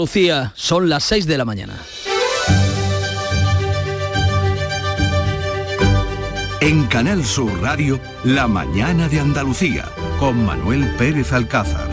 Lucía, son las 6 de la mañana. En Canal Sur Radio, La Mañana de Andalucía, con Manuel Pérez Alcázar.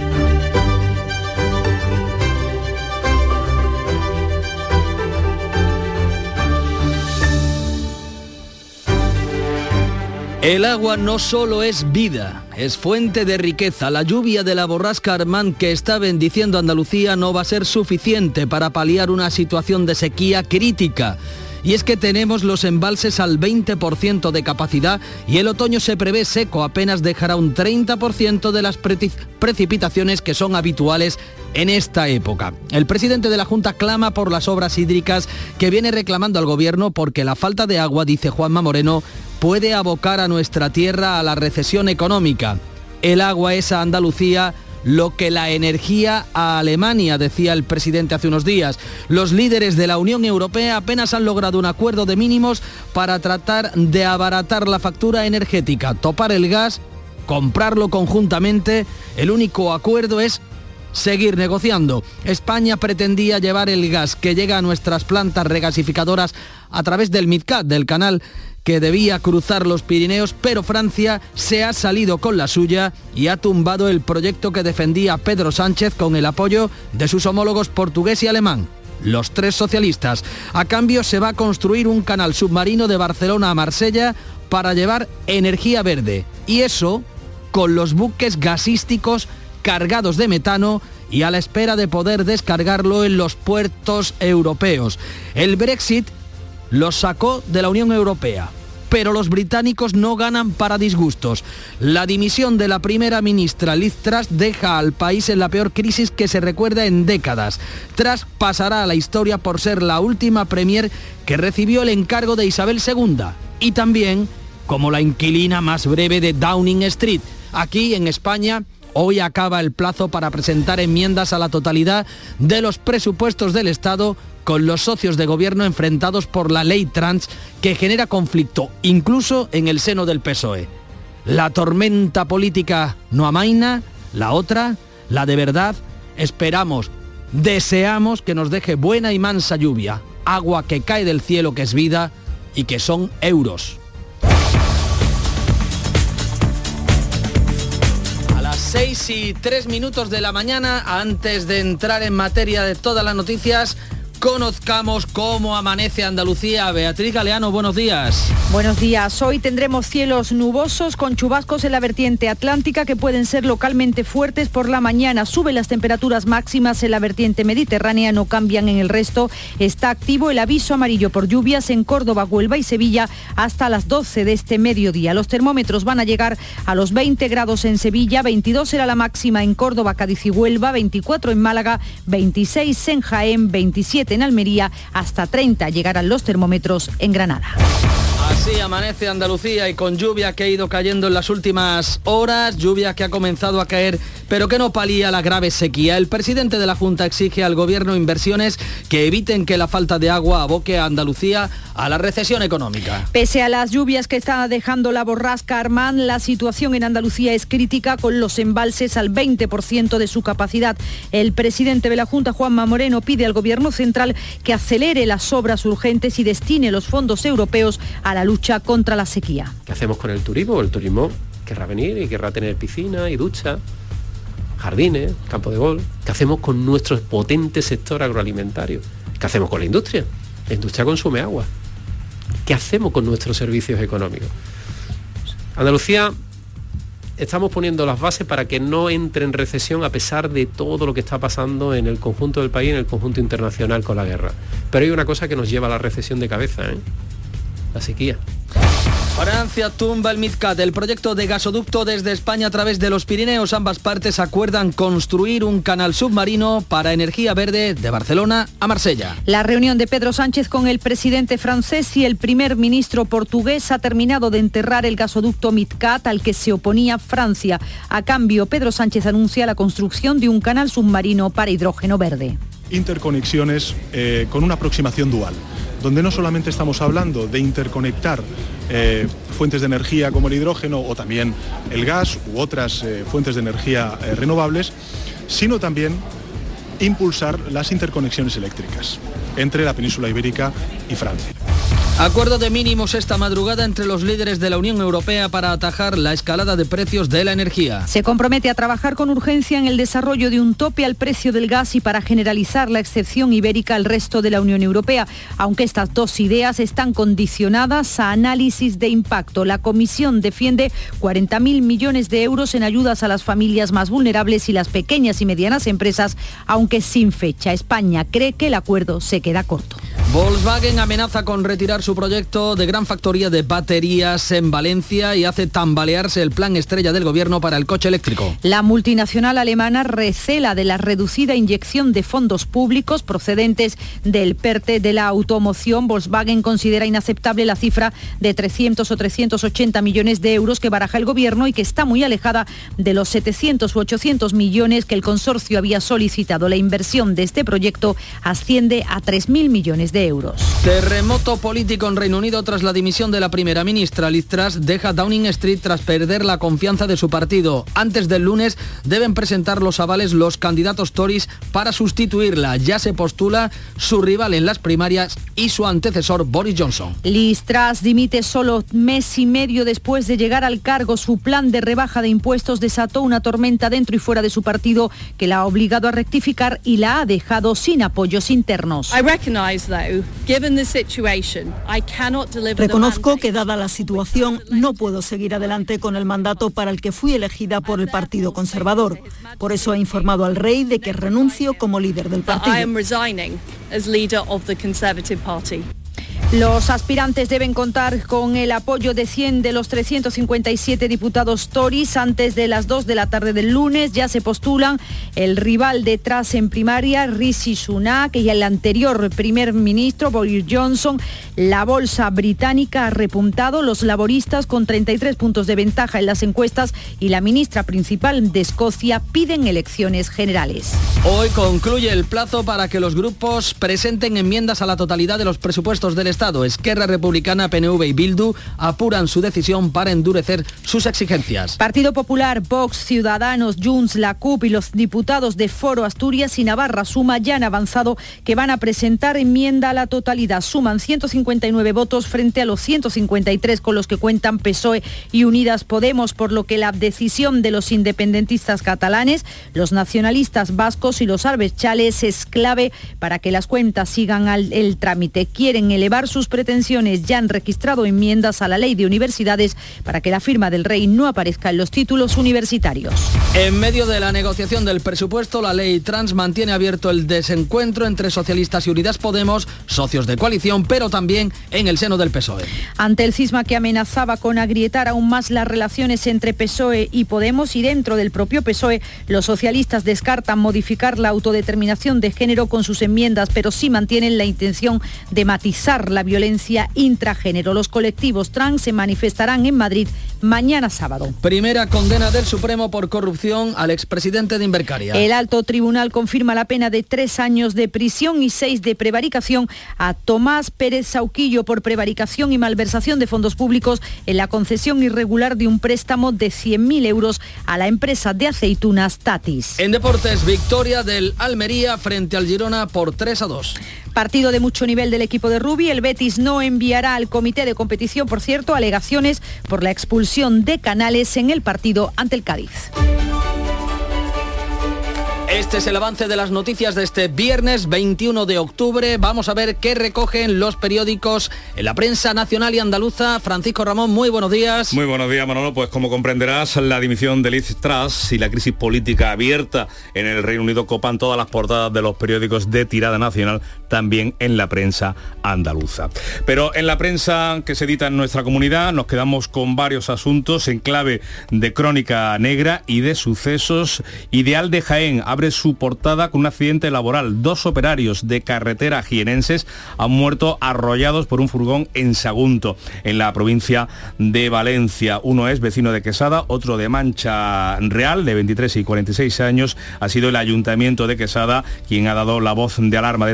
El agua no solo es vida, es fuente de riqueza. La lluvia de la borrasca Armand que está bendiciendo Andalucía no va a ser suficiente para paliar una situación de sequía crítica. Y es que tenemos los embalses al 20% de capacidad y el otoño se prevé seco, apenas dejará un 30% de las precipitaciones que son habituales en esta época. El presidente de la Junta clama por las obras hídricas que viene reclamando al gobierno porque la falta de agua, dice Juanma Moreno, puede abocar a nuestra tierra a la recesión económica. El agua es a Andalucía lo que la energía a Alemania, decía el presidente hace unos días. Los líderes de la Unión Europea apenas han logrado un acuerdo de mínimos para tratar de abaratar la factura energética, topar el gas, comprarlo conjuntamente. El único acuerdo es seguir negociando. España pretendía llevar el gas que llega a nuestras plantas regasificadoras a través del MidCat, del canal que debía cruzar los Pirineos, pero Francia se ha salido con la suya y ha tumbado el proyecto que defendía Pedro Sánchez con el apoyo de sus homólogos portugués y alemán, los tres socialistas. A cambio se va a construir un canal submarino de Barcelona a Marsella para llevar energía verde. Y eso con los buques gasísticos cargados de metano y a la espera de poder descargarlo en los puertos europeos. El Brexit los sacó de la Unión Europea, pero los británicos no ganan para disgustos. La dimisión de la primera ministra Liz Truss deja al país en la peor crisis que se recuerda en décadas. Truss pasará a la historia por ser la última premier que recibió el encargo de Isabel II y también como la inquilina más breve de Downing Street. Aquí en España hoy acaba el plazo para presentar enmiendas a la totalidad de los presupuestos del Estado con los socios de gobierno enfrentados por la ley trans que genera conflicto incluso en el seno del PSOE. La tormenta política no amaina, la otra, la de verdad, esperamos, deseamos que nos deje buena y mansa lluvia, agua que cae del cielo que es vida y que son euros. 6:03 de la mañana, antes de entrar en materia de todas las noticias, conozcamos cómo amanece Andalucía. Beatriz Galeano, buenos días. Buenos días. Hoy tendremos cielos nubosos con chubascos en la vertiente atlántica que pueden ser localmente fuertes por la mañana. Suben las temperaturas máximas en la vertiente mediterránea, no cambian en el resto. Está activo el aviso amarillo por lluvias en Córdoba, Huelva y Sevilla hasta las 12 de este mediodía. Los termómetros van a llegar a los 20 grados en Sevilla, 22 será la máxima en Córdoba, Cádiz y Huelva, 24 en Málaga, 26 en Jaén, 27 en Almería, hasta 30 llegarán los termómetros en Granada. Así amanece Andalucía y con lluvia que ha ido cayendo en las últimas horas, lluvia que ha comenzado a caer pero que no palía la grave sequía. El presidente de la Junta exige al gobierno inversiones que eviten que la falta de agua aboque a Andalucía a la recesión económica. Pese a las lluvias que está dejando la borrasca Armand, la situación en Andalucía es crítica con los embalses al 20% de su capacidad. El presidente de la Junta, Juanma Moreno, pide al gobierno central que acelere las obras urgentes y destine los fondos europeos a la lucha contra la sequía. ¿Qué hacemos con el turismo? El turismo querrá venir y querrá tener piscina y ducha, jardines, campo de golf. ¿Qué hacemos con nuestro potente sector agroalimentario? ¿Qué hacemos con la industria? La industria consume agua. ¿Qué hacemos con nuestros servicios económicos? Andalucía, estamos poniendo las bases para que no entre en recesión a pesar de todo lo que está pasando en el conjunto del país, en el conjunto internacional con la guerra. Pero hay una cosa que nos lleva a la recesión de cabeza, la sequía. Francia tumba el MidCat, el proyecto de gasoducto desde España a través de los Pirineos. Ambas partes acuerdan construir un canal submarino para energía verde de Barcelona a Marsella. La reunión de Pedro Sánchez con el presidente francés y el primer ministro portugués ha terminado de enterrar el gasoducto MidCat al que se oponía Francia. A cambio, Pedro Sánchez anuncia la construcción de un canal submarino para hidrógeno verde. Interconexiones con una aproximación dual, donde no solamente estamos hablando de interconectar fuentes de energía como el hidrógeno o también el gas u otras fuentes de energía renovables, sino también impulsar las interconexiones eléctricas entre la península ibérica y Francia. Acuerdo de mínimos esta madrugada entre los líderes de la Unión Europea para atajar la escalada de precios de la energía. Se compromete a trabajar con urgencia en el desarrollo de un tope al precio del gas y para generalizar la excepción ibérica al resto de la Unión Europea, aunque estas dos ideas están condicionadas a análisis de impacto. La Comisión defiende 40.000 millones de euros en ayudas a las familias más vulnerables y las pequeñas y medianas empresas, aunque sin fecha. España cree que el acuerdo se queda corto. Volkswagen amenaza con retirar su proyecto de gran factoría de baterías en Valencia y hace tambalearse el plan estrella del gobierno para el coche eléctrico. La multinacional alemana recela de la reducida inyección de fondos públicos procedentes del PERTE de la automoción. Volkswagen considera inaceptable la cifra de 300 o 380 millones de euros que baraja el gobierno y que está muy alejada de los 700 u 800 millones que el consorcio había solicitado. La inversión de este proyecto asciende a 3.000 millones de euros. Terremoto político en Reino Unido tras la dimisión de la primera ministra. Liz Truss deja Downing Street tras perder la confianza de su partido. Antes del lunes deben presentar los avales los candidatos Tories para sustituirla. Ya se postula su rival en las primarias y su antecesor Boris Johnson. Liz Truss dimite solo mes y medio después de llegar al cargo. Su plan de rebaja de impuestos desató una tormenta dentro y fuera de su partido que la ha obligado a rectificar y la ha dejado sin apoyos internos. Reconozco que dada la situación no puedo seguir adelante con el mandato para el que fui elegida por el Partido Conservador. Por eso he informado al rey de que renuncio como líder del partido. Los aspirantes deben contar con el apoyo de 100 de los 357 diputados Tories antes de las 2 de la tarde del lunes. Ya se postulan el rival de Truss en primaria, Rishi Sunak, y el anterior primer ministro, Boris Johnson. La bolsa británica ha repuntado, los laboristas con 33 puntos de ventaja en las encuestas y la ministra principal de Escocia piden elecciones generales. Hoy concluye el plazo para que los grupos presenten enmiendas a la totalidad de los presupuestos del Estado. Esquerra Republicana, PNV y Bildu apuran su decisión para endurecer sus exigencias. Partido Popular, Vox, Ciudadanos, Junts, la CUP y los diputados de Foro Asturias y Navarra Suma ya han avanzado que van a presentar enmienda a la totalidad. Suman 159 votos frente a los 153 con los que cuentan PSOE y Unidas Podemos, por lo que la decisión de los independentistas catalanes, los nacionalistas vascos y los abertzales es clave para que las cuentas sigan el trámite. Quieren elevar sus pretensiones, ya han registrado enmiendas a la ley de universidades para que la firma del rey no aparezca en los títulos universitarios. En medio de la negociación del presupuesto, la ley trans mantiene abierto el desencuentro entre socialistas y Unidas Podemos, socios de coalición, pero también en el seno del PSOE. Ante el cisma que amenazaba con agrietar aún más las relaciones entre PSOE y Podemos y dentro del propio PSOE, los socialistas descartan modificar la autodeterminación de género con sus enmiendas, pero sí mantienen la intención de matizar la violencia intragénero. Los colectivos trans se manifestarán en Madrid mañana sábado. Primera condena del Supremo por corrupción al expresidente de Invercaria. El alto tribunal confirma la pena de 3 años de prisión y 6 de prevaricación a Tomás Pérez Sauquillo por prevaricación y malversación de fondos públicos en la concesión irregular de un préstamo de 100.000 euros a la empresa de aceitunas Tatis. En deportes, victoria del Almería frente al Girona por 3-2. Partido de mucho nivel del equipo de Rubi. El Betis no enviará al comité de competición, por cierto, alegaciones por la expulsión de Canales en el partido ante el Cádiz. Este es el avance de las noticias de este viernes 21 de octubre. Vamos a ver qué recogen los periódicos en la prensa nacional y andaluza. Francisco Ramón, muy buenos días. Muy buenos días, Manolo. Pues como comprenderás, la dimisión de Liz Truss y la crisis política abierta en el Reino Unido copan todas las portadas de los periódicos de tirada nacional, también en la prensa andaluza. Pero en la prensa que se edita en nuestra comunidad nos quedamos con varios asuntos en clave de crónica negra y de sucesos. Ideal de Jaén abre su portada con un accidente laboral. 2 operarios de carretera jienenses han muerto arrollados por un furgón en Sagunto, en la provincia de Valencia. Uno es vecino de Quesada, otro de Mancha Real, de 23 y 46 años. Ha sido el Ayuntamiento de Quesada quien ha dado la voz de alarma de estos fallecimientos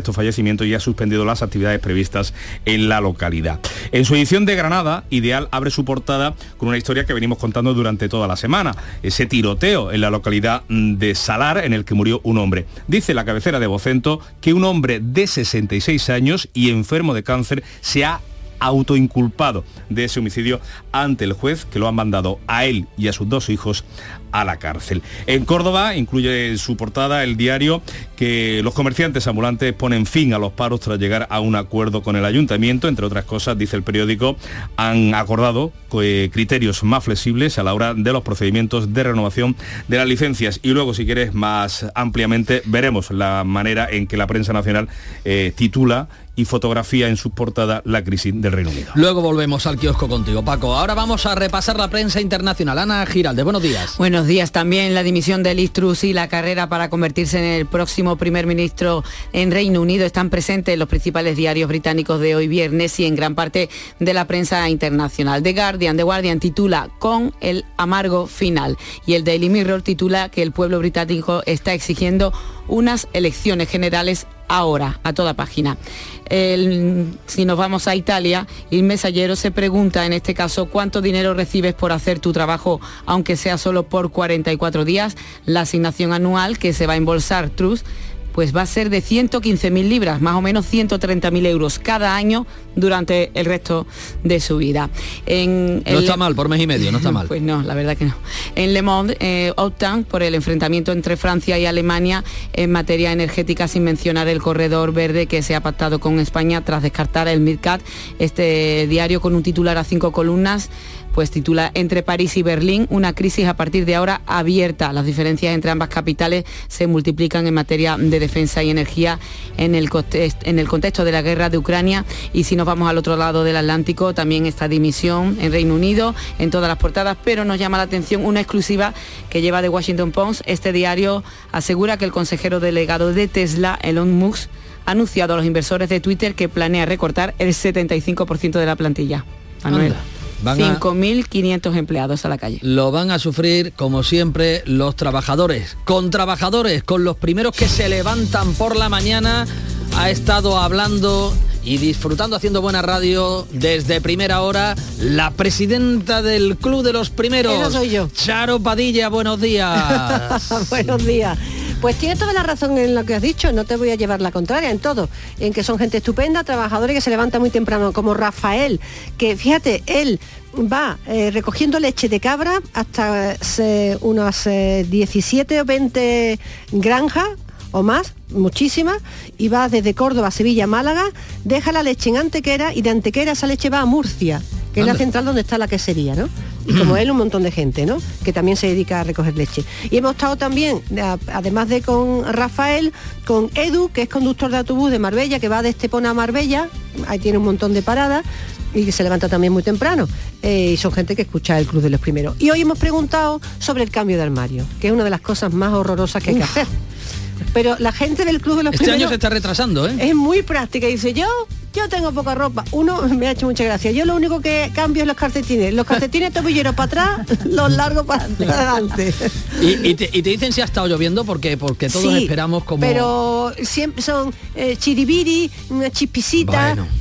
establecimiento y ha suspendido las actividades previstas en la localidad. En su edición de Granada, Ideal abre su portada con una historia que venimos contando durante toda la semana, ese tiroteo en la localidad de Salar en el que murió un hombre. Dice la cabecera de Vocento que un hombre de 66 años y enfermo de cáncer se ha autoinculpado de ese homicidio ante el juez, que lo ha mandado a él y a sus 2 hijos a la cárcel. En Córdoba incluye en su portada el diario que los comerciantes ambulantes ponen fin a los paros tras llegar a un acuerdo con el ayuntamiento. Entre otras cosas, dice el periódico, han acordado criterios más flexibles a la hora de los procedimientos de renovación de las licencias. Y luego, si quieres, más ampliamente veremos la manera en que la prensa nacional titula y fotografía en su portada la crisis del Reino Unido. Luego volvemos al kiosco contigo, Paco. Ahora vamos a repasar la prensa internacional. Ana Giralde, buenos días. Buenos días. También la dimisión de Liz Truss y la carrera para convertirse en el próximo primer ministro en Reino Unido están presentes en los principales diarios británicos de hoy viernes y en gran parte de la prensa internacional. The Guardian titula "Con el amargo final" y el Daily Mirror titula que el pueblo británico está exigiendo unas elecciones generales ahora, a toda página. Si nos vamos a Italia, El Messaggero se pregunta, en este caso, ¿cuánto dinero recibes por hacer tu trabajo, aunque sea solo por 44 días? La asignación anual que se va a embolsar Truss pues va a ser de 115.000 libras, más o menos 130.000 euros cada año durante el resto de su vida. No está mal, por mes y medio, no está mal. Pues no, la verdad que no. En Le Monde optan por el enfrentamiento entre Francia y Alemania en materia energética, sin mencionar el corredor verde que se ha pactado con España tras descartar el MidCat. Este diario, con un titular a 5 columnas, pues titula "Entre París y Berlín, una crisis a partir de ahora abierta". Las diferencias entre ambas capitales se multiplican en materia de defensa y energía en el contexto de la guerra de Ucrania. Y si nos vamos al otro lado del Atlántico, también esta dimisión en Reino Unido en todas las portadas, pero nos llama la atención una exclusiva que lleva The Washington Post. Este diario asegura que el consejero delegado de Tesla, Elon Musk, ha anunciado a los inversores de Twitter que planea recortar el 75% de la plantilla. Manuel. 5.500 empleados a la calle. Lo van a sufrir, como siempre, los trabajadores. Con trabajadores, con los primeros que se levantan por la mañana. Ha estado hablando y disfrutando, haciendo buena radio desde primera hora, la presidenta del Club de los Primeros. Esa soy yo. Charo Padilla, buenos días. Buenos días. Pues tiene toda la razón en lo que has dicho, no te voy a llevar la contraria en todo, en que son gente estupenda, trabajadores que se levantan muy temprano, como Rafael, que fíjate, él va recogiendo leche de cabra hasta unas 17 o 20 granjas o más, muchísimas, y va desde Córdoba, Sevilla, Málaga, deja la leche en Antequera y de Antequera esa leche va a Murcia, que es la central donde está la quesería, ¿no? Y como él, un montón de gente, ¿no?, que también se dedica a recoger leche. Y hemos estado también, además de con Rafael, con Edu, que es conductor de autobús de Marbella, que va de Estepona a Marbella, ahí tiene un montón de paradas, y que se levanta también muy temprano. Y son gente que escucha el Club de los Primeros. Y hoy hemos preguntado sobre el cambio de armario, que es una de las cosas más horrorosas que hay que hacer. Pero la gente del Club de los Primeros... Este año se está retrasando, ¿eh? Es muy práctica. Dice, yo tengo poca ropa. Uno me ha hecho mucha gracia. Yo lo único que cambio es los calcetines. Los calcetines tobilleros para atrás, los largos para adelante. ¿Y te dicen si ha estado lloviendo? Porque todos sí, esperamos como... pero siempre son chiribiri, una chispisita, bueno. En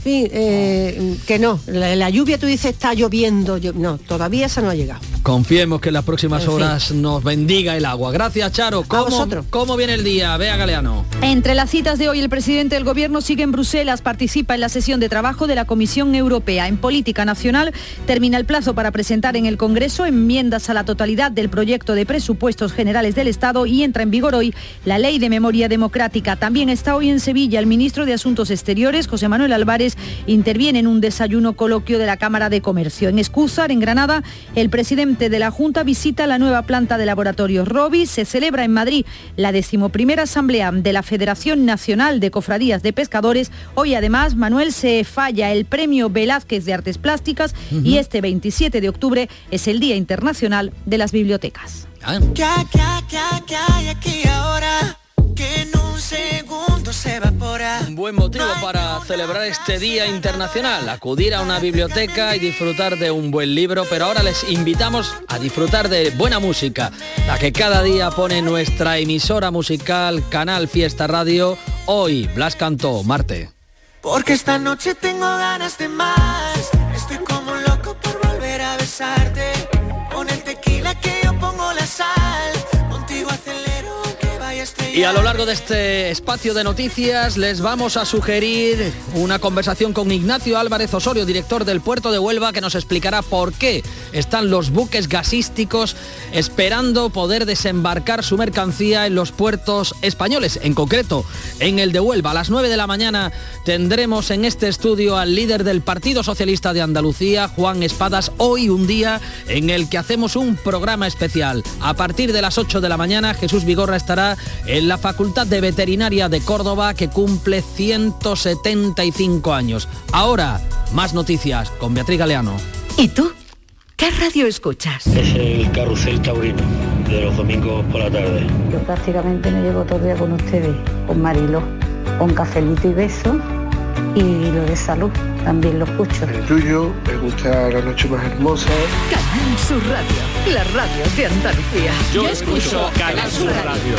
fin, que no. La lluvia, tú dices, está lloviendo. No, todavía esa no ha llegado. Confiemos que en las próximas horas nos bendiga el agua. Gracias, Charo. ¿Cómo viene el día? Bea Galeano. Entre las citas de hoy, el presidente del Gobierno sigue en Bruselas, participa en la sesión de trabajo de la Comisión Europea. En política nacional, termina el plazo para presentar en el Congreso enmiendas a la totalidad del proyecto de presupuestos generales del Estado y entra en vigor hoy la Ley de Memoria Democrática. También está hoy en Sevilla el ministro de Asuntos Exteriores, José Manuel Álvarez, interviene en un desayuno coloquio de la Cámara de Comercio. En Escúzar, en Granada, el presidente de la Junta visita la nueva planta de laboratorios Rovi. Se celebra en Madrid la 11ª Asamblea de la Federación Nacional de Cofradías de Pescadores. Hoy además, Manuel, se falla el Premio Velázquez de Artes Plásticas y este 27 de octubre es el Día Internacional de las Bibliotecas. ¿Qué hay aquí ahora? que en un segundo se evapora. Un buen motivo para celebrar este Día Internacional, acudir a una biblioteca y disfrutar de un buen libro, pero ahora les invitamos a disfrutar de buena música, la que cada día pone nuestra emisora musical Canal Fiesta Radio. Hoy Blas cantó Marte. Porque esta noche tengo ganas de más, estoy como un loco por volver a besarte, con el tequila que yo pongo la sal, contigo acelero que vaya estrellando. Y a lo largo de este espacio de noticias les vamos a sugerir una conversación con Ignacio Álvarez Osorio, director del puerto de Huelva, que nos explicará por qué están los buques gasísticos esperando poder desembarcar su mercancía en los puertos españoles, en concreto en el de Huelva. A las 9 de la mañana tendremos en este estudio al líder del Partido Socialista de Andalucía, Juan Espadas. Hoy un día en el que hacemos un programa especial. A partir de las 8 de la mañana Jesús Vigorra estará en la Facultad de Veterinaria de Córdoba, que cumple 175 años. Ahora, más noticias con Beatriz Galeano. ¿Y tú? ¿Qué radio escuchas? Es el Carrusel Taurino, de los domingos por la tarde. Yo prácticamente me llevo todo el día con ustedes, con Mariló, con cafelito y beso, y lo de salud también lo escucho. El tuyo, me gusta La Noche Más Hermosa. Canal Sur Radio, la radio de Andalucía. Yo escucho Canal Sur Radio.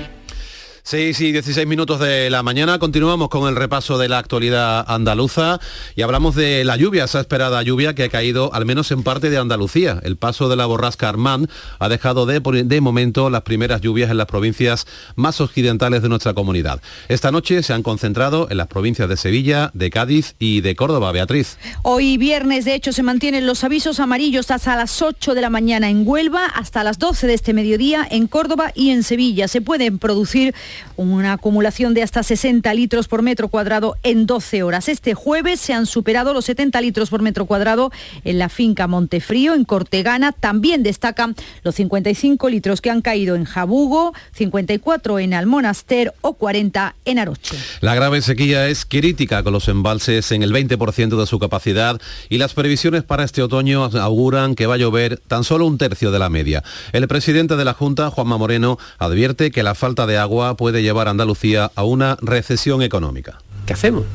6 y 16 minutos de la mañana, continuamos con el repaso de la actualidad andaluza y hablamos de la lluvia, esa esperada lluvia que ha caído al menos en parte de Andalucía. El paso de la borrasca Armand ha dejado de momento las primeras lluvias en las provincias más occidentales de nuestra comunidad. Esta noche se han concentrado en las provincias de Sevilla, de Cádiz y de Córdoba. Beatriz. Hoy viernes, de hecho, se mantienen los avisos amarillos hasta las 8 de la mañana en Huelva, hasta las 12 de este mediodía en Córdoba y en Sevilla. Se pueden producir una acumulación de hasta 60 litros por metro cuadrado en 12 horas. Este jueves se han superado los 70 litros por metro cuadrado en la finca Montefrío, en Cortegana. También destacan los 55 litros que han caído en Jabugo, 54 en Almonaster o 40 en Aroche. La grave sequía es crítica, con los embalses en el 20% de su capacidad, y las previsiones para este otoño auguran que va a llover tan solo un tercio de la media. El presidente de la Junta, Juanma Moreno, advierte que la falta de agua puede llevar a Andalucía a una recesión económica. ¿Qué hacemos?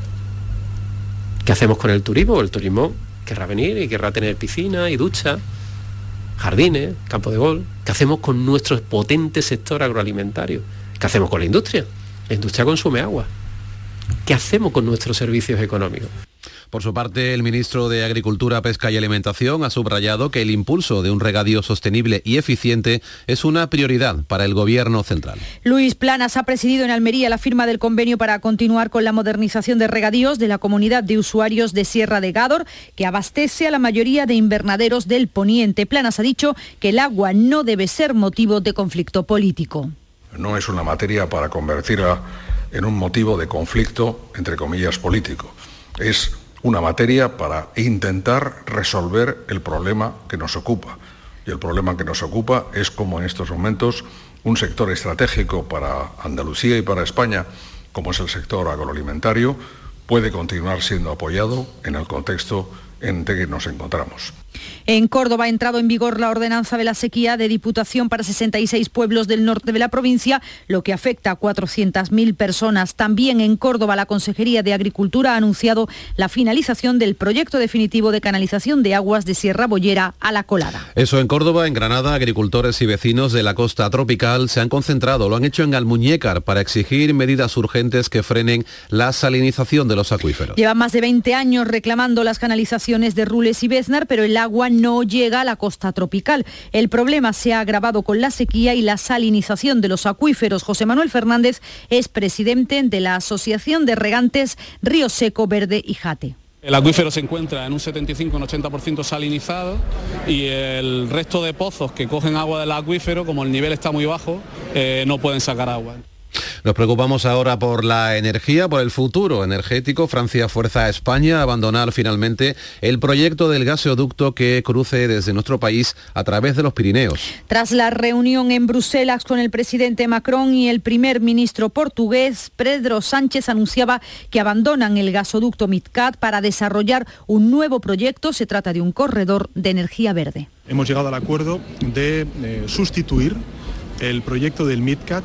¿Qué hacemos con el turismo? El turismo querrá venir y querrá tener piscina y ducha, jardines, campo de golf. ¿Qué hacemos con nuestro potente sector agroalimentario? ¿Qué hacemos con la industria? La industria consume agua. ¿Qué hacemos con nuestros servicios económicos? Por su parte, el ministro de Agricultura, Pesca y Alimentación ha subrayado que el impulso de un regadío sostenible y eficiente es una prioridad para el Gobierno central. Luis Planas ha presidido en Almería la firma del convenio para continuar con la modernización de regadíos de la comunidad de usuarios de Sierra de Gádor, que abastece a la mayoría de invernaderos del Poniente. Planas ha dicho que el agua no debe ser motivo de conflicto político. No es una materia para convertirla en un motivo de conflicto, entre comillas, político. Es una materia para intentar resolver el problema que nos ocupa. Y el problema que nos ocupa es cómo en estos momentos un sector estratégico para Andalucía y para España, como es el sector agroalimentario, puede continuar siendo apoyado en el contexto en el que nos encontramos. En Córdoba ha entrado en vigor la ordenanza de la sequía de Diputación para 66 pueblos del norte de la provincia, lo que afecta a 400.000 personas. También en Córdoba la Consejería de Agricultura ha anunciado la finalización del proyecto definitivo de canalización de aguas de Sierra Bollera a La Colada. Eso en Córdoba. En Granada, agricultores y vecinos de la costa tropical se han concentrado, lo han hecho en Almuñécar, para exigir medidas urgentes que frenen la salinización de los acuíferos. Llevan más de 20 años reclamando las canalizaciones de Rules y Beznar, pero el agua no llega a la costa tropical. El problema se ha agravado con la sequía y la salinización de los acuíferos. José Manuel Fernández es presidente de la Asociación de Regantes Río Seco, Verde y Jate. El acuífero se encuentra en un 75 o un 80% salinizado y el resto de pozos que cogen agua del acuífero, como el nivel está muy bajo, no pueden sacar agua. Nos preocupamos ahora por la energía, por el futuro energético. Francia fuerza a España a abandonar finalmente el proyecto del gasoducto que cruce desde nuestro país a través de los Pirineos. Tras la reunión en Bruselas con el presidente Macron y el primer ministro portugués, Pedro Sánchez anunciaba que abandonan el gasoducto MidCat para desarrollar un nuevo proyecto. Se trata de un corredor de energía verde. Hemos llegado al acuerdo de sustituir el proyecto del MidCat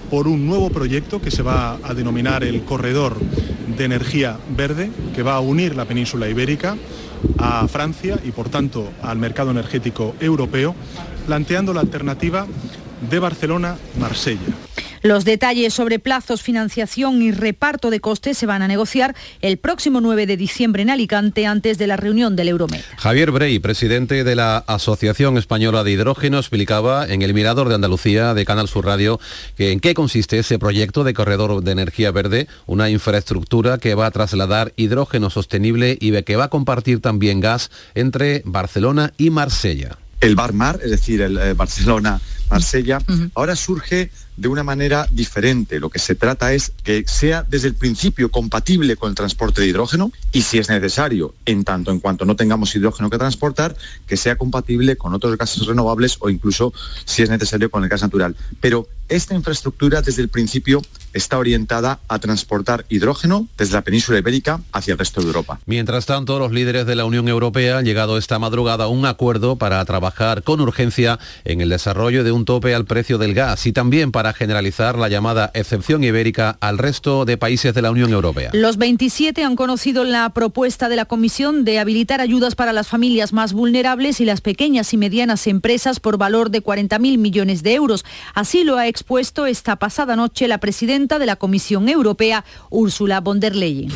por un nuevo proyecto que se va a denominar el Corredor de Energía Verde, que va a unir la península ibérica a Francia y por tanto al mercado energético europeo, planteando la alternativa de Barcelona-Marsella. Los detalles sobre plazos, financiación y reparto de costes se van a negociar el próximo 9 de diciembre en Alicante, antes de la reunión del Euromed. Javier Brey, presidente de la Asociación Española de Hidrógeno, explicaba en El Mirador de Andalucía de Canal Sur Radio que en qué consiste ese proyecto de corredor de energía verde, una infraestructura que va a trasladar hidrógeno sostenible y que va a compartir también gas entre Barcelona y Marsella. El Bar-Mar, es decir, el Barcelona-Marsella, ahora surge de una manera diferente. Lo que se trata es que sea desde el principio compatible con el transporte de hidrógeno y, si es necesario, en tanto en cuanto no tengamos hidrógeno que transportar, que sea compatible con otros gases renovables o incluso, si es necesario, con el gas natural. Pero esta infraestructura desde el principio está orientada a transportar hidrógeno desde la península ibérica hacia el resto de Europa. Mientras tanto, los líderes de la Unión Europea han llegado esta madrugada a un acuerdo para trabajar con urgencia en el desarrollo de un tope al precio del gas y también para generalizar la llamada excepción ibérica al resto de países de la Unión Europea. Los 27 han conocido la propuesta de la Comisión de habilitar ayudas para las familias más vulnerables y las pequeñas y medianas empresas por valor de 40.000 millones de euros. Así lo ha expuesto esta pasada noche la presidenta de la Comisión Europea, Ursula von der Leyen.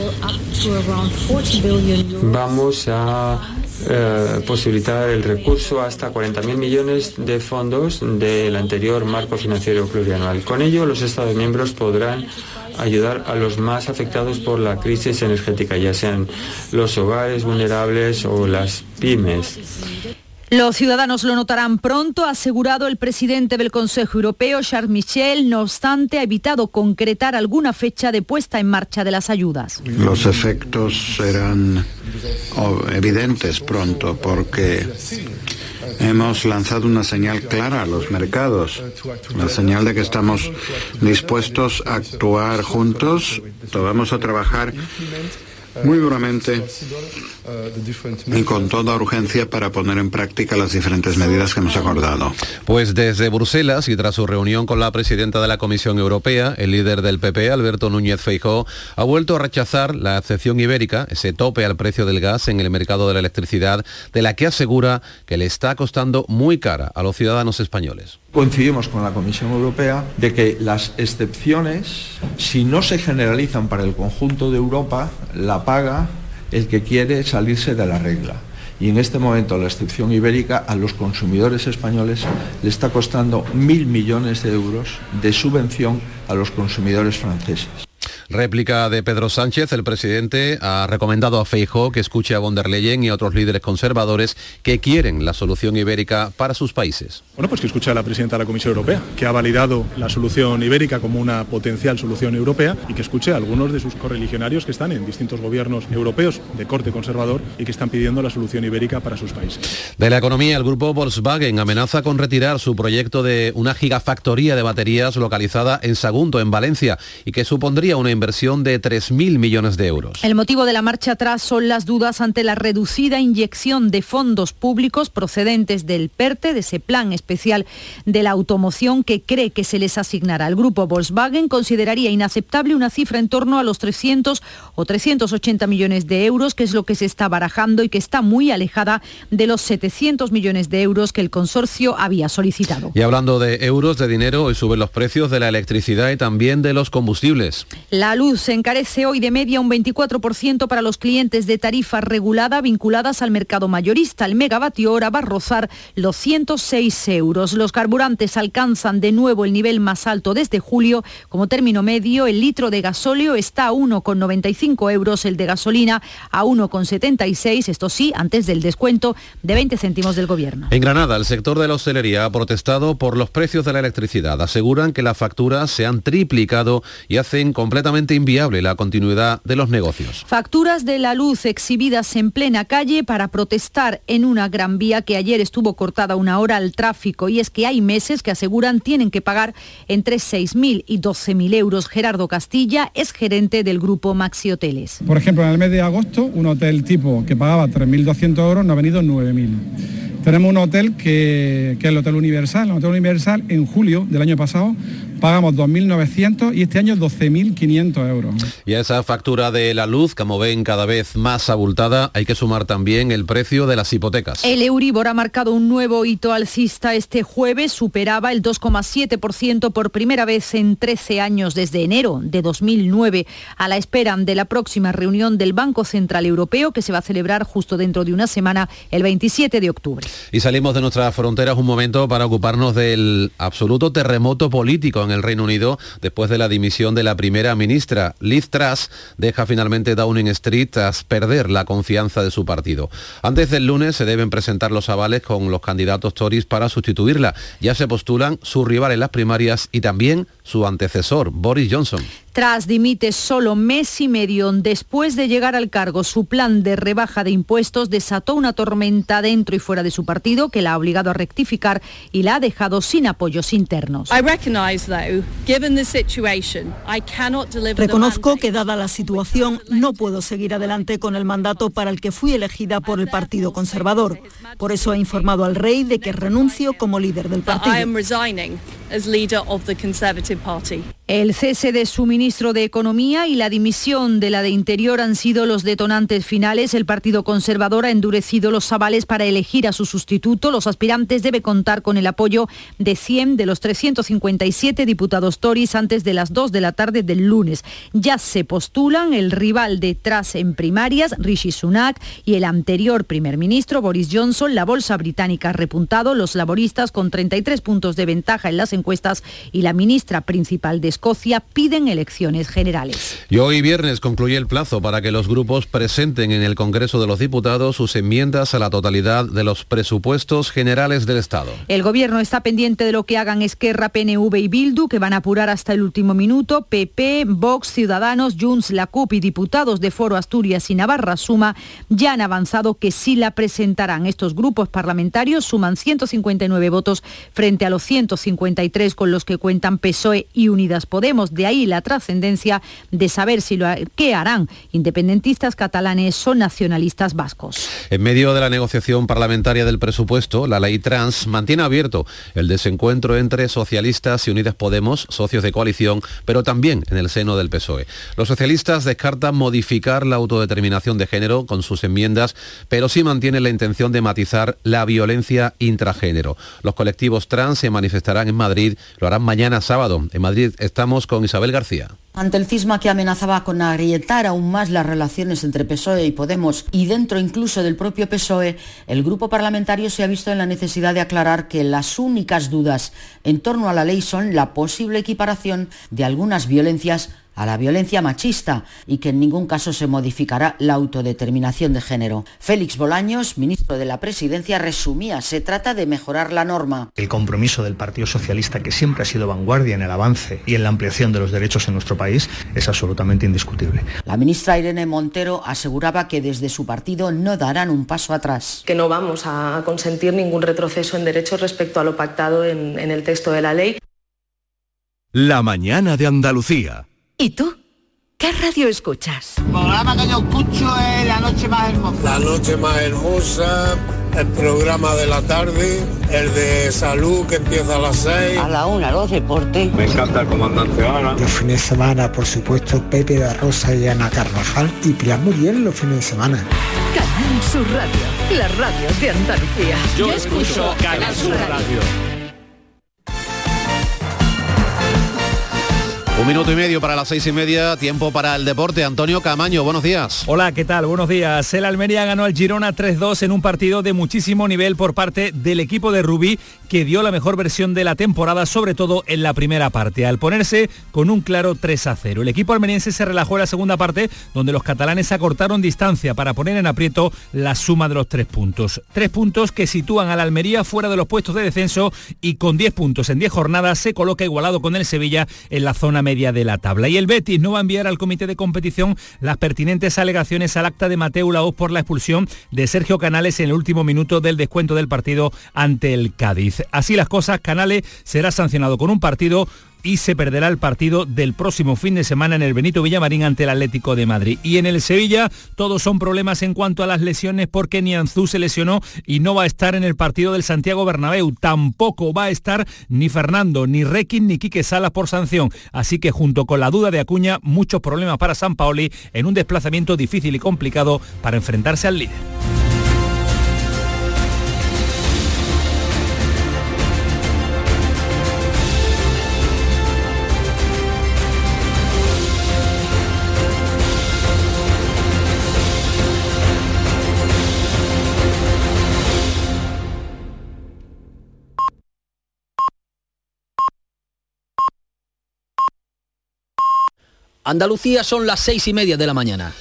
Vamos a posibilitar el recurso hasta 40.000 millones de fondos del anterior marco financiero plurianual. Con ello, los Estados miembros podrán ayudar a los más afectados por la crisis energética, ya sean los hogares vulnerables o las pymes. Los ciudadanos lo notarán pronto, ha asegurado el presidente del Consejo Europeo, Charles Michel. No obstante, ha evitado concretar alguna fecha de puesta en marcha de las ayudas. Los efectos serán evidentes pronto porque hemos lanzado una señal clara a los mercados, la señal de que estamos dispuestos a actuar juntos. Vamos a trabajar muy duramente y con toda urgencia para poner en práctica las diferentes medidas que hemos acordado. Pues desde Bruselas y tras su reunión con la presidenta de la Comisión Europea, el líder del PP, Alberto Núñez Feijóo, ha vuelto a rechazar la excepción ibérica, ese tope al precio del gas en el mercado de la electricidad, de la que asegura que le está costando muy cara a los ciudadanos españoles. Coincidimos con la Comisión Europea de que las excepciones, si no se generalizan para el conjunto de Europa, la paga el que quiere salirse de la regla. Y en este momento la excepción ibérica a los consumidores españoles le está costando 1.000 millones de euros de subvención a los consumidores franceses. Réplica de Pedro Sánchez. El presidente ha recomendado a Feijóo que escuche a von der Leyen y a otros líderes conservadores que quieren la solución ibérica para sus países. Bueno, pues que escuche a la presidenta de la Comisión Europea, que ha validado la solución ibérica como una potencial solución europea, y que escuche a algunos de sus correligionarios que están en distintos gobiernos europeos de corte conservador y que están pidiendo la solución ibérica para sus países. De la economía, el grupo Volkswagen amenaza con retirar su proyecto de una gigafactoría de baterías localizada en Sagunto, en Valencia, y que supondría una inversión de 3.000 millones de euros. El motivo de la marcha atrás son las dudas ante la reducida inyección de fondos públicos procedentes del PERTE, de ese plan especial de la automoción que cree que se les asignará. El grupo Volkswagen consideraría inaceptable una cifra en torno a los 300 o 380 millones de euros, que es lo que se está barajando y que está muy alejada de los 700 millones de euros que el consorcio había solicitado. Y hablando de euros, de dinero, hoy suben los precios de la electricidad y también de los combustibles. La luz se encarece hoy de media un 24% para los clientes de tarifa regulada vinculadas al mercado mayorista. El megavatio hora va a rozar los 106 euros. Los carburantes alcanzan de nuevo el nivel más alto desde julio. Como término medio, el litro de gasóleo está a 1,95 euros, el de gasolina a 1,76, esto sí, antes del descuento de 20 céntimos del Gobierno. En Granada, el sector de la hostelería ha protestado por los precios de la electricidad. Aseguran que las facturas se han triplicado y hacen completamente inviable la continuidad de los negocios. Facturas de la luz exhibidas en plena calle para protestar en una Gran Vía que ayer estuvo cortada una hora al tráfico, y es que hay meses que aseguran tienen que pagar entre 6.000 y 12.000 euros. Gerardo Castilla es gerente del grupo Maxi Hoteles. Por ejemplo, en el mes de agosto, un hotel tipo que pagaba 3.200 euros no ha venido 9.000. Tenemos un hotel que es el Hotel Universal. El Hotel Universal en julio del año pasado pagamos 2.900 y este año 12.500 euros. Y a esa factura de la luz, como ven, cada vez más abultada, hay que sumar también el precio de las hipotecas. El Euribor ha marcado un nuevo hito alcista este jueves, superaba el 2,7% por primera vez en 13 años desde enero de 2009, a la espera de la próxima reunión del Banco Central Europeo, que se va a celebrar justo dentro de una semana, el 27 de octubre. Y salimos de nuestras fronteras un momento para ocuparnos del absoluto terremoto político en el Reino Unido después de la dimisión de la primera ministra. Liz Truss deja finalmente Downing Street tras perder la confianza de su partido. Antes del lunes se deben presentar los avales con los candidatos Tories para sustituirla. Ya se postulan su rival en las primarias y también su antecesor, Boris Johnson. Truss dimite solo mes y medio después de llegar al cargo. Su plan de rebaja de impuestos desató una tormenta dentro y fuera de su partido que la ha obligado a rectificar y la ha dejado sin apoyos internos. Reconozco que dada la situación no puedo seguir adelante con el mandato para el que fui elegida por el Partido Conservador. Por eso he informado al rey de que renuncio como líder del partido. El cese de su ministro de Economía y la dimisión de la de Interior han sido los detonantes finales. El Partido Conservador ha endurecido los avales para elegir a su sustituto. Los aspirantes deben contar con el apoyo de 100 de los 357 diputados Tories antes de las 2 de la tarde del lunes. Ya se postulan el rival de Truss en primarias, Rishi Sunak, y el anterior primer ministro, Boris Johnson. La bolsa británica ha repuntado, los laboristas con 33 puntos de ventaja en las encuestas y la ministra principal de Escocia piden elecciones generales. Y hoy viernes concluye el plazo para que los grupos presenten en el Congreso de los Diputados sus enmiendas a la totalidad de los presupuestos generales del Estado. El Gobierno está pendiente de lo que hagan Esquerra, PNV y Bildu, que van a apurar hasta el último minuto. PP, Vox, Ciudadanos, Junts, la CUP y diputados de Foro Asturias y Navarra Suma ya han avanzado que sí la presentarán. Estos grupos parlamentarios suman 159 votos frente a los 153 con los que cuentan PSOE y Unidas Podemos. De ahí la trascendencia de saber qué harán independentistas catalanes o nacionalistas vascos. En medio de la negociación parlamentaria del presupuesto, la ley trans mantiene abierto el desencuentro entre socialistas y Unidas Podemos, socios de coalición, pero también en el seno del PSOE. Los socialistas descartan modificar la autodeterminación de género con sus enmiendas, pero sí mantienen la intención de matizar la violencia intragénero. Los colectivos trans se manifestarán en Madrid, lo harán mañana sábado. En Madrid estamos con Isabel García. Ante el cisma que amenazaba con agrietar aún más las relaciones entre PSOE y Podemos y dentro incluso del propio PSOE, el grupo parlamentario se ha visto en la necesidad de aclarar que las únicas dudas en torno a la ley son la posible equiparación de algunas violencias a la violencia machista y que en ningún caso se modificará la autodeterminación de género. Félix Bolaños, ministro de la Presidencia, resumía: se trata de mejorar la norma. El compromiso del Partido Socialista, que siempre ha sido vanguardia en el avance y en la ampliación de los derechos en nuestro país, es absolutamente indiscutible. La ministra Irene Montero aseguraba que desde su partido no darán un paso atrás. Que no vamos a consentir ningún retroceso en derechos respecto a lo pactado en el texto de la ley. La mañana de Andalucía. ¿Y tú? ¿Qué radio escuchas? El programa que yo escucho es La Noche Más Hermosa. La Noche Más Hermosa, el programa de la tarde, el de salud que empieza a las 6. A la 1, los deportes. Me encanta el comandante Ana. Los fines de semana, por supuesto, Pepe da Rosa y Ana Carvajal y Pilar Muriel los fines de semana. Canal Sur Radio, la radio de Andalucía. Yo escucho Canal Sur Radio. 1 minuto y medio para las 6:30, tiempo para el deporte. Antonio Camaño, buenos días. Hola, ¿qué tal? Buenos días. El Almería ganó al Girona 3-2 en un partido de muchísimo nivel por parte del equipo de Rubí, que dio la mejor versión de la temporada, sobre todo en la primera parte, al ponerse con un claro 3-0. El equipo almeriense se relajó en la segunda parte, donde los catalanes acortaron distancia para poner en aprieto la suma de los 3 puntos. 3 puntos que sitúan al Almería fuera de los puestos de descenso y con 10 puntos en 10 jornadas se coloca igualado con el Sevilla en la zona media de la tabla. Y el Betis no va a enviar al comité de competición las pertinentes alegaciones al acta de Mateu Laoz por la expulsión de Sergio Canales en el último minuto del descuento del partido ante el Cádiz. Así las cosas, Canales será sancionado con un partido y se perderá el partido del próximo fin de semana en el Benito Villamarín ante el Atlético de Madrid. Y en el Sevilla todos son problemas en cuanto a las lesiones, porque Nianzú se lesionó y no va a estar en el partido del Santiago Bernabéu. Tampoco va a estar ni Fernando, ni Requin, ni Quique Salas por sanción. Así que junto con la duda de Acuña, muchos problemas para Sampaoli en un desplazamiento difícil y complicado para enfrentarse al líder. Andalucía, son las 6:30 de la mañana.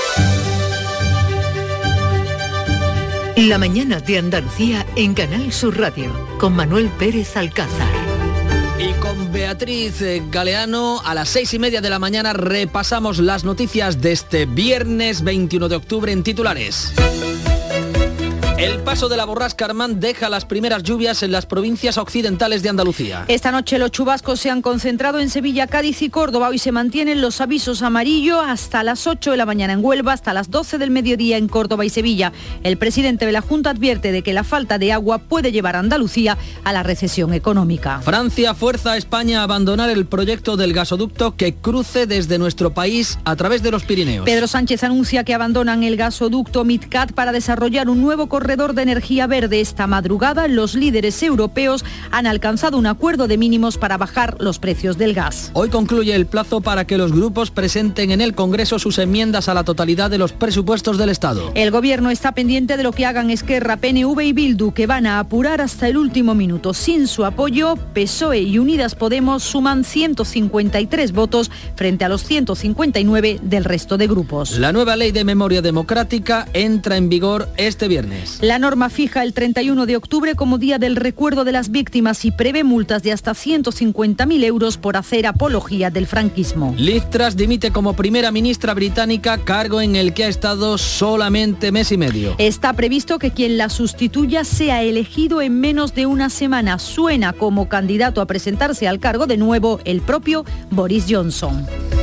La mañana de Andalucía en Canal Sur Radio, con Manuel Pérez Alcázar. Y con Beatriz Galeano, a las 6:30 de la mañana repasamos las noticias de este viernes 21 de octubre en titulares. El paso de la borrasca Armand deja las primeras lluvias en las provincias occidentales de Andalucía. Esta noche los chubascos se han concentrado en Sevilla, Cádiz y Córdoba. Hoy se mantienen los avisos amarillo hasta las 8 de la mañana en Huelva, hasta las 12 del mediodía en Córdoba y Sevilla. El presidente de la Junta advierte de que la falta de agua puede llevar a Andalucía a la recesión económica. Francia fuerza a España a abandonar el proyecto del gasoducto que cruce desde nuestro país a través de los Pirineos. Pedro Sánchez anuncia que abandonan el gasoducto MidCat para desarrollar un nuevo corredor de energía verde. Esta madrugada los líderes europeos han alcanzado un acuerdo de mínimos para bajar los precios del gas. Hoy concluye el plazo para que los grupos presenten en el Congreso sus enmiendas a la totalidad de los presupuestos del Estado. El Gobierno está pendiente de lo que hagan Esquerra, PNV y Bildu, que van a apurar hasta el último minuto. Sin su apoyo, PSOE y Unidas Podemos suman 153 votos frente a los 159 del resto de grupos. La nueva ley de memoria democrática entra en vigor este viernes. La norma fija el 31 de octubre como Día del Recuerdo de las Víctimas y prevé multas de hasta 150.000 euros por hacer apología del franquismo. Liz Truss dimite como primera ministra británica, cargo en el que ha estado solamente mes y medio. Está previsto que quien la sustituya sea elegido en menos de una semana. Suena como candidato a presentarse al cargo de nuevo el propio Boris Johnson.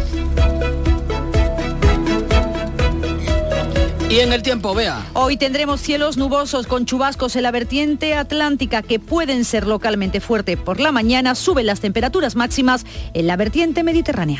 Y en el tiempo, Bea. Hoy tendremos cielos nubosos con chubascos en la vertiente atlántica que pueden ser localmente fuertes por la mañana. Suben las temperaturas máximas en la vertiente mediterránea.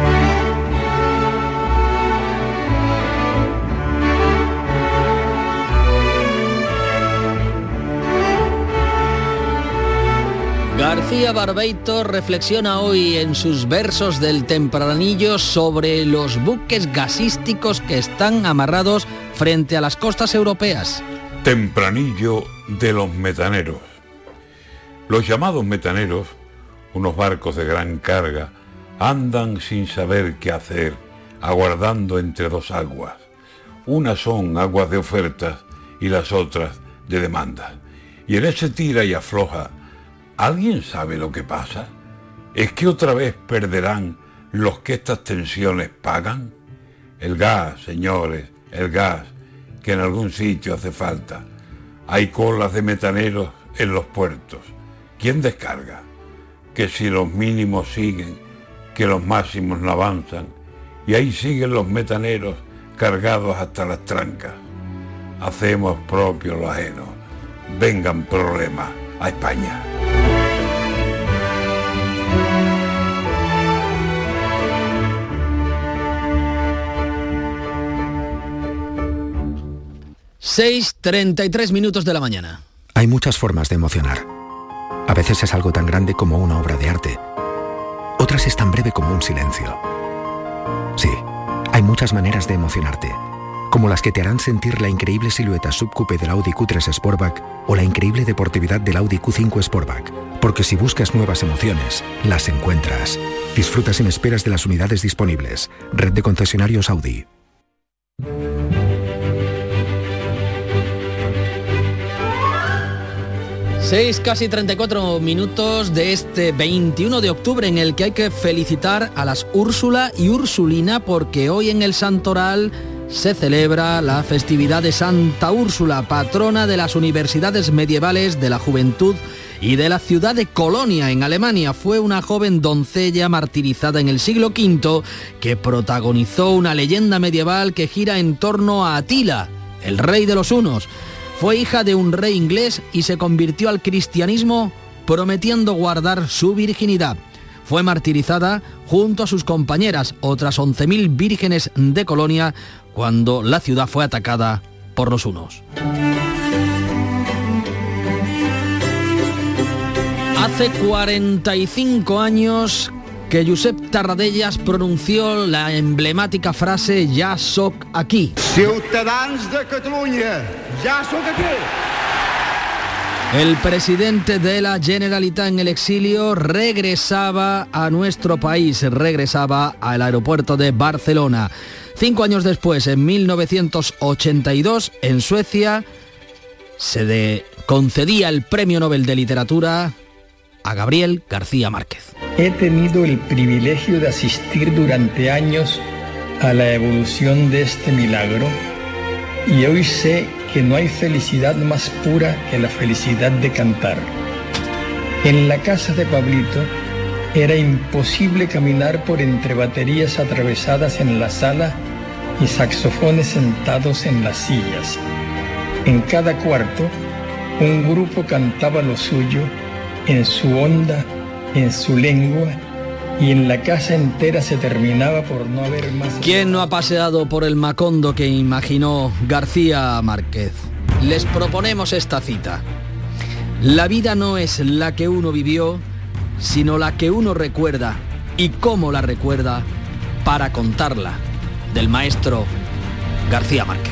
García Barbeito reflexiona hoy en sus versos del Tempranillo sobre los buques gasísticos que están amarrados frente a las costas europeas. Tempranillo de los metaneros. Los llamados metaneros, unos barcos de gran carga, andan sin saber qué hacer, aguardando entre dos aguas. Unas son aguas de ofertas y las otras de demanda. Y en ese tira y afloja, ¿alguien sabe lo que pasa? ¿Es que otra vez perderán los que estas tensiones pagan? El gas, señores, el gas, que en algún sitio hace falta. Hay colas de metaneros en los puertos. ¿Quién descarga? Que si los mínimos siguen, que los máximos no avanzan, y ahí siguen los metaneros cargados hasta las trancas. Hacemos propio lo ajeno. Vengan problemas a España. Seis 33 minutos de la mañana. Hay muchas formas de emocionar. A veces es algo tan grande como una obra de arte. Otras es tan breve como un silencio. Sí, hay muchas maneras de emocionarte, como las que te harán sentir la increíble silueta subcoupe del Audi Q3 Sportback o la increíble deportividad del Audi Q5 Sportback. Porque si buscas nuevas emociones, las encuentras. Disfruta sin esperas de las unidades disponibles. Red de concesionarios Audi. Casi 34 minutos de este 21 de octubre en el que hay que felicitar a las Úrsula y Ursulina porque hoy en el Santoral se celebra la festividad de Santa Úrsula, patrona de las universidades medievales, de la juventud y de la ciudad de Colonia, en Alemania. Fue una joven doncella martirizada en el siglo V que protagonizó una leyenda medieval que gira en torno a Atila, el rey de los hunos. Fue hija de un rey inglés y se convirtió al cristianismo prometiendo guardar su virginidad. Fue martirizada junto a sus compañeras, otras 11.000 vírgenes de Colonia, cuando la ciudad fue atacada por los hunos. Hace 45 años que Josep Tarradellas pronunció la emblemática frase «Ja soc aquí». Ciutadans de Catalunya, ja soc aquí. El presidente de la Generalitat en el exilio regresaba a nuestro país, regresaba al aeropuerto de Barcelona. 5 años después, en 1982, en Suecia, se concedía el Premio Nobel de Literatura a Gabriel García Márquez. He tenido el privilegio de asistir durante años a la evolución de este milagro y hoy sé que no hay felicidad más pura que la felicidad de cantar. En la casa de Pablito era imposible caminar por entre baterías atravesadas en la sala y saxofones sentados en las sillas. En cada cuarto, un grupo cantaba lo suyo en su onda, en su lengua, y en la casa entera se terminaba por no haber más... ¿Quién no ha paseado por el Macondo que imaginó García Márquez? Les proponemos esta cita. La vida no es la que uno vivió, sino la que uno recuerda y cómo la recuerda para contarla. Del maestro García Márquez.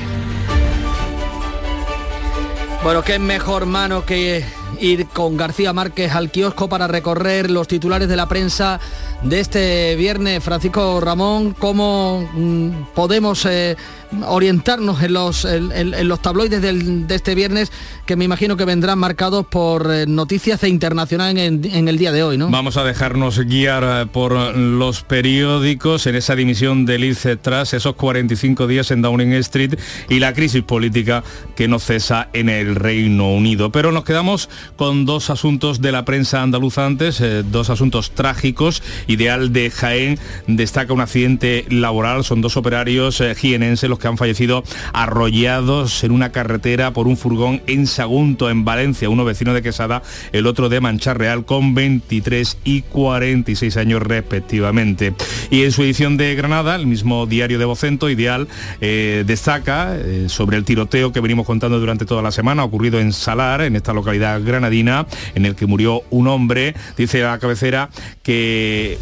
Bueno, qué mejor mano que ir con García Márquez al kiosco para recorrer los titulares de la prensa de este viernes. Francisco Ramón, ¿cómo podemos orientarnos en los tabloides de este viernes, que me imagino que vendrán marcados por noticias internacionales en el día de hoy, ¿no? Vamos a dejarnos guiar por los periódicos en esa dimisión de Liz Truss, esos 45 días en Downing Street y la crisis política que no cesa en el Reino Unido. Pero nos quedamos con dos asuntos de la prensa andaluza antes, dos asuntos trágicos. Ideal de Jaén destaca un accidente laboral, son dos operarios jienenses los que han fallecido arrollados en una carretera por un furgón en Sagunto, en Valencia, uno vecino de Quesada, el otro de Manchar Real, con 23 y 46 años respectivamente. Y en su edición de Granada, el mismo diario de Vocento, Ideal, destaca sobre el tiroteo que venimos contando durante toda la semana, ocurrido en Salar, en esta localidad granadina, en el que murió un hombre. Dice a la cabecera que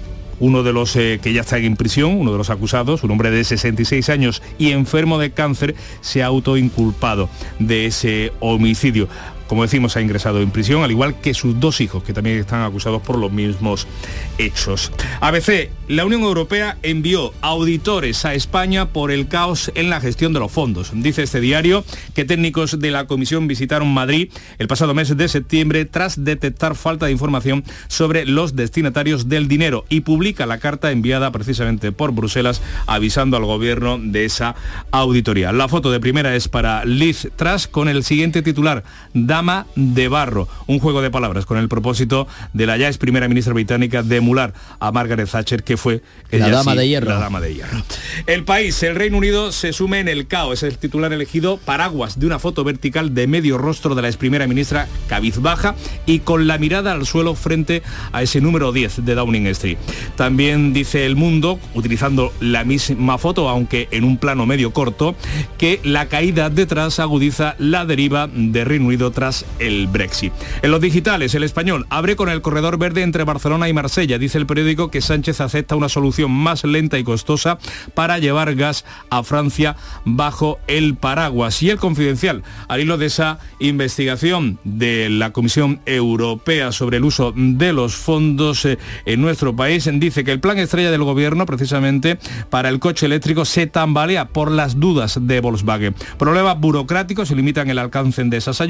uno de los que ya está en prisión, uno de los acusados, un hombre de 66 años y enfermo de cáncer, se ha autoinculpado de ese homicidio. Como decimos, ha ingresado en prisión, al igual que sus dos hijos, que también están acusados por los mismos hechos. ABC, la Unión Europea envió auditores a España por el caos en la gestión de los fondos. Dice este diario que técnicos de la Comisión visitaron Madrid el pasado mes de septiembre tras detectar falta de información sobre los destinatarios del dinero, y publica la carta enviada precisamente por Bruselas avisando al gobierno de esa auditoría. La foto de primera es para Liz Truss con el siguiente titular: Dama de barro, un juego de palabras con el propósito de la ya ex primera ministra británica de emular a Margaret Thatcher, que fue ella, la dama de hierro. La dama de hierro. El País, el Reino Unido se sume en el caos, es el titular elegido, paraguas de una foto vertical de medio rostro de la ex primera ministra cabizbaja y con la mirada al suelo frente a ese número 10 de Downing Street. También dice El Mundo, utilizando la misma foto, aunque en un plano medio corto, que la caída detrás agudiza la deriva de Reino Unido tras el Brexit. En los digitales, El Español abre con el corredor verde entre Barcelona y Marsella. Dice el periódico que Sánchez acepta una solución más lenta y costosa para llevar gas a Francia bajo el paraguas. Y El Confidencial, al hilo de esa investigación de la Comisión Europea sobre el uso de los fondos en nuestro país, dice que el plan estrella del gobierno, precisamente para el coche eléctrico, se tambalea por las dudas de Volkswagen. Problemas burocráticos limitan el alcance de esas ayudas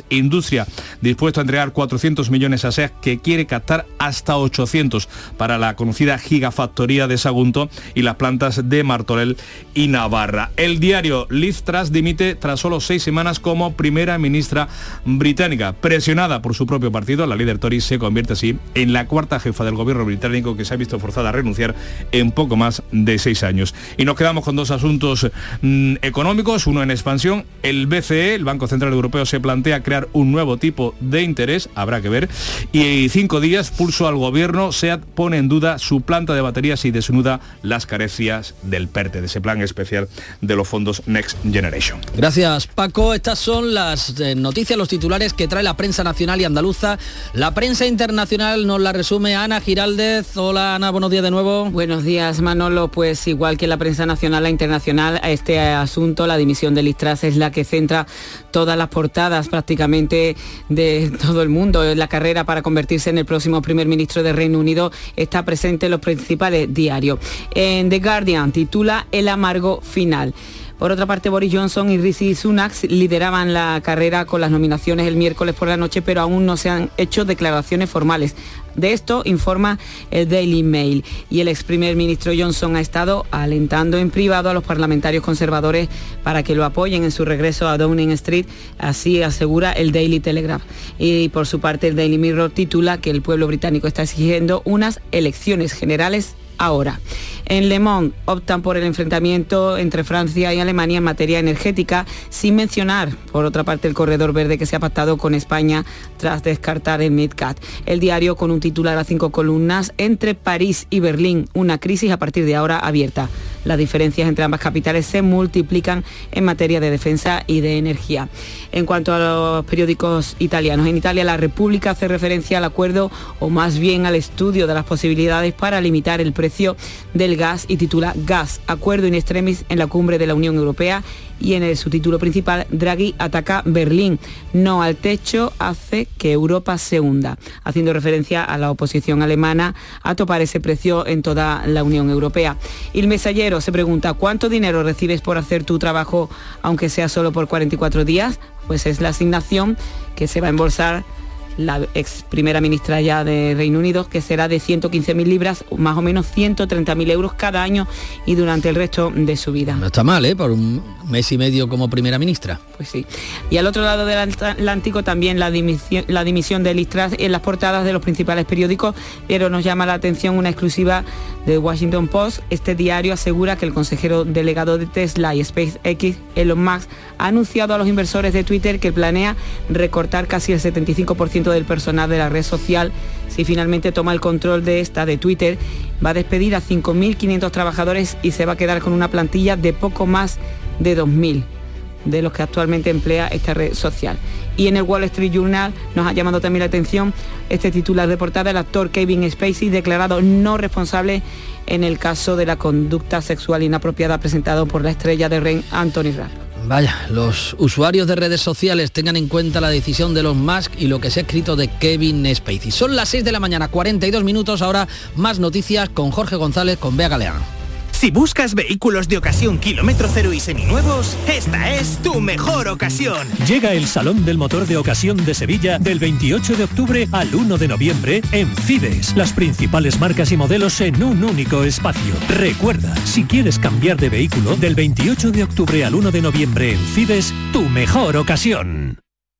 Industria, dispuesto a entregar 400 millones a SEAT, que quiere captar hasta 800 para la conocida gigafactoría de Sagunto y las plantas de Martorell y Navarra. El diario Liz Truss dimite tras solo 6 semanas como primera ministra británica. Presionada por su propio partido, la líder Tory se convierte así en la cuarta jefa del gobierno británico que se ha visto forzada a renunciar en poco más de 6 años. Y nos quedamos con 2 asuntos económicos, uno en expansión. El BCE, el Banco Central Europeo, se plantea crear un nuevo tipo de interés, habrá que ver. Y 5 días, pulso al gobierno, SEAT pone en duda su planta de baterías y desnuda las carencias del PERTE, de ese plan especial de los fondos Next Generation. Gracias, Paco. Estas son las noticias, los titulares que trae la prensa nacional y andaluza. La prensa internacional nos la resume Ana Giraldez. Hola, Ana, buenos días de nuevo. Buenos días, Manolo. Pues igual que la prensa nacional, la internacional, a este asunto, la dimisión de Liz Truss es la que centra todas las portadas prácticamente de todo el mundo. La carrera para convertirse en el próximo primer ministro de Reino Unido está presente en los principales diarios. En The Guardian titula El amargo final. Por otra parte, Boris Johnson y Rishi Sunak lideraban la carrera con las nominaciones el miércoles por la noche, pero aún no se han hecho declaraciones formales. De esto informa el Daily Mail, y el ex primer ministro Johnson ha estado alentando en privado a los parlamentarios conservadores para que lo apoyen en su regreso a Downing Street, así asegura el Daily Telegraph. Y por su parte, el Daily Mirror titula que el pueblo británico está exigiendo unas elecciones generales ahora. En Le Monde optan por el enfrentamiento entre Francia y Alemania en materia energética, sin mencionar, por otra parte, el corredor verde que se ha pactado con España tras descartar el MidCat. El diario con un titular a 5 columnas: entre París y Berlín, una crisis a partir de ahora abierta. Las diferencias entre ambas capitales se multiplican en materia de defensa y de energía. En cuanto a los periódicos italianos, en Italia La República hace referencia al acuerdo, o más bien al estudio de las posibilidades para limitar el precio del gas, y titula Gas, acuerdo in extremis en la cumbre de la Unión Europea. Y en el subtítulo principal, Draghi ataca Berlín, no al techo hace que Europa se hunda, haciendo referencia a la oposición alemana a topar ese precio en toda la Unión Europea. Y el Mensajero se pregunta: ¿cuánto dinero recibes por hacer tu trabajo, aunque sea solo por 44 días? Pues es la asignación que se va a embolsar la ex primera ministra ya de Reino Unido, que será de 115.000 libras, más o menos 130.000 euros cada año y durante el resto de su vida. No está mal, por un mes y medio como primera ministra. Pues sí. Y al otro lado del Atlántico también la dimisión de Liz Truss en las portadas de los principales periódicos, pero nos llama la atención una exclusiva de Washington Post. Este diario asegura que el consejero delegado de Tesla y SpaceX, Elon Musk, ha anunciado a los inversores de Twitter que planea recortar casi el 75% del personal de la red social. Si finalmente toma el control de Twitter, va a despedir a 5.500 trabajadores y se va a quedar con una plantilla de poco más de 2.000 de los que actualmente emplea esta red social. Y en el Wall Street Journal nos ha llamado también la atención este titular de portada: el actor Kevin Spacey declarado no responsable en el caso de la conducta sexual inapropiada presentado por la estrella de Ren, Anthony Rapp. Vaya, los usuarios de redes sociales tengan en cuenta la decisión de Elon Musk y lo que se ha escrito de Kevin Spacey. Son las 6 de la mañana, 42 minutos, ahora más noticias con Jorge González, con Bea Galeán. Si buscas vehículos de ocasión kilómetro cero y seminuevos, esta es tu mejor ocasión. Llega el Salón del Motor de Ocasión de Sevilla del 28 de octubre al 1 de noviembre en Fides. Las principales marcas y modelos en un único espacio. Recuerda, si quieres cambiar de vehículo, del 28 de octubre al 1 de noviembre en Fides, tu mejor ocasión.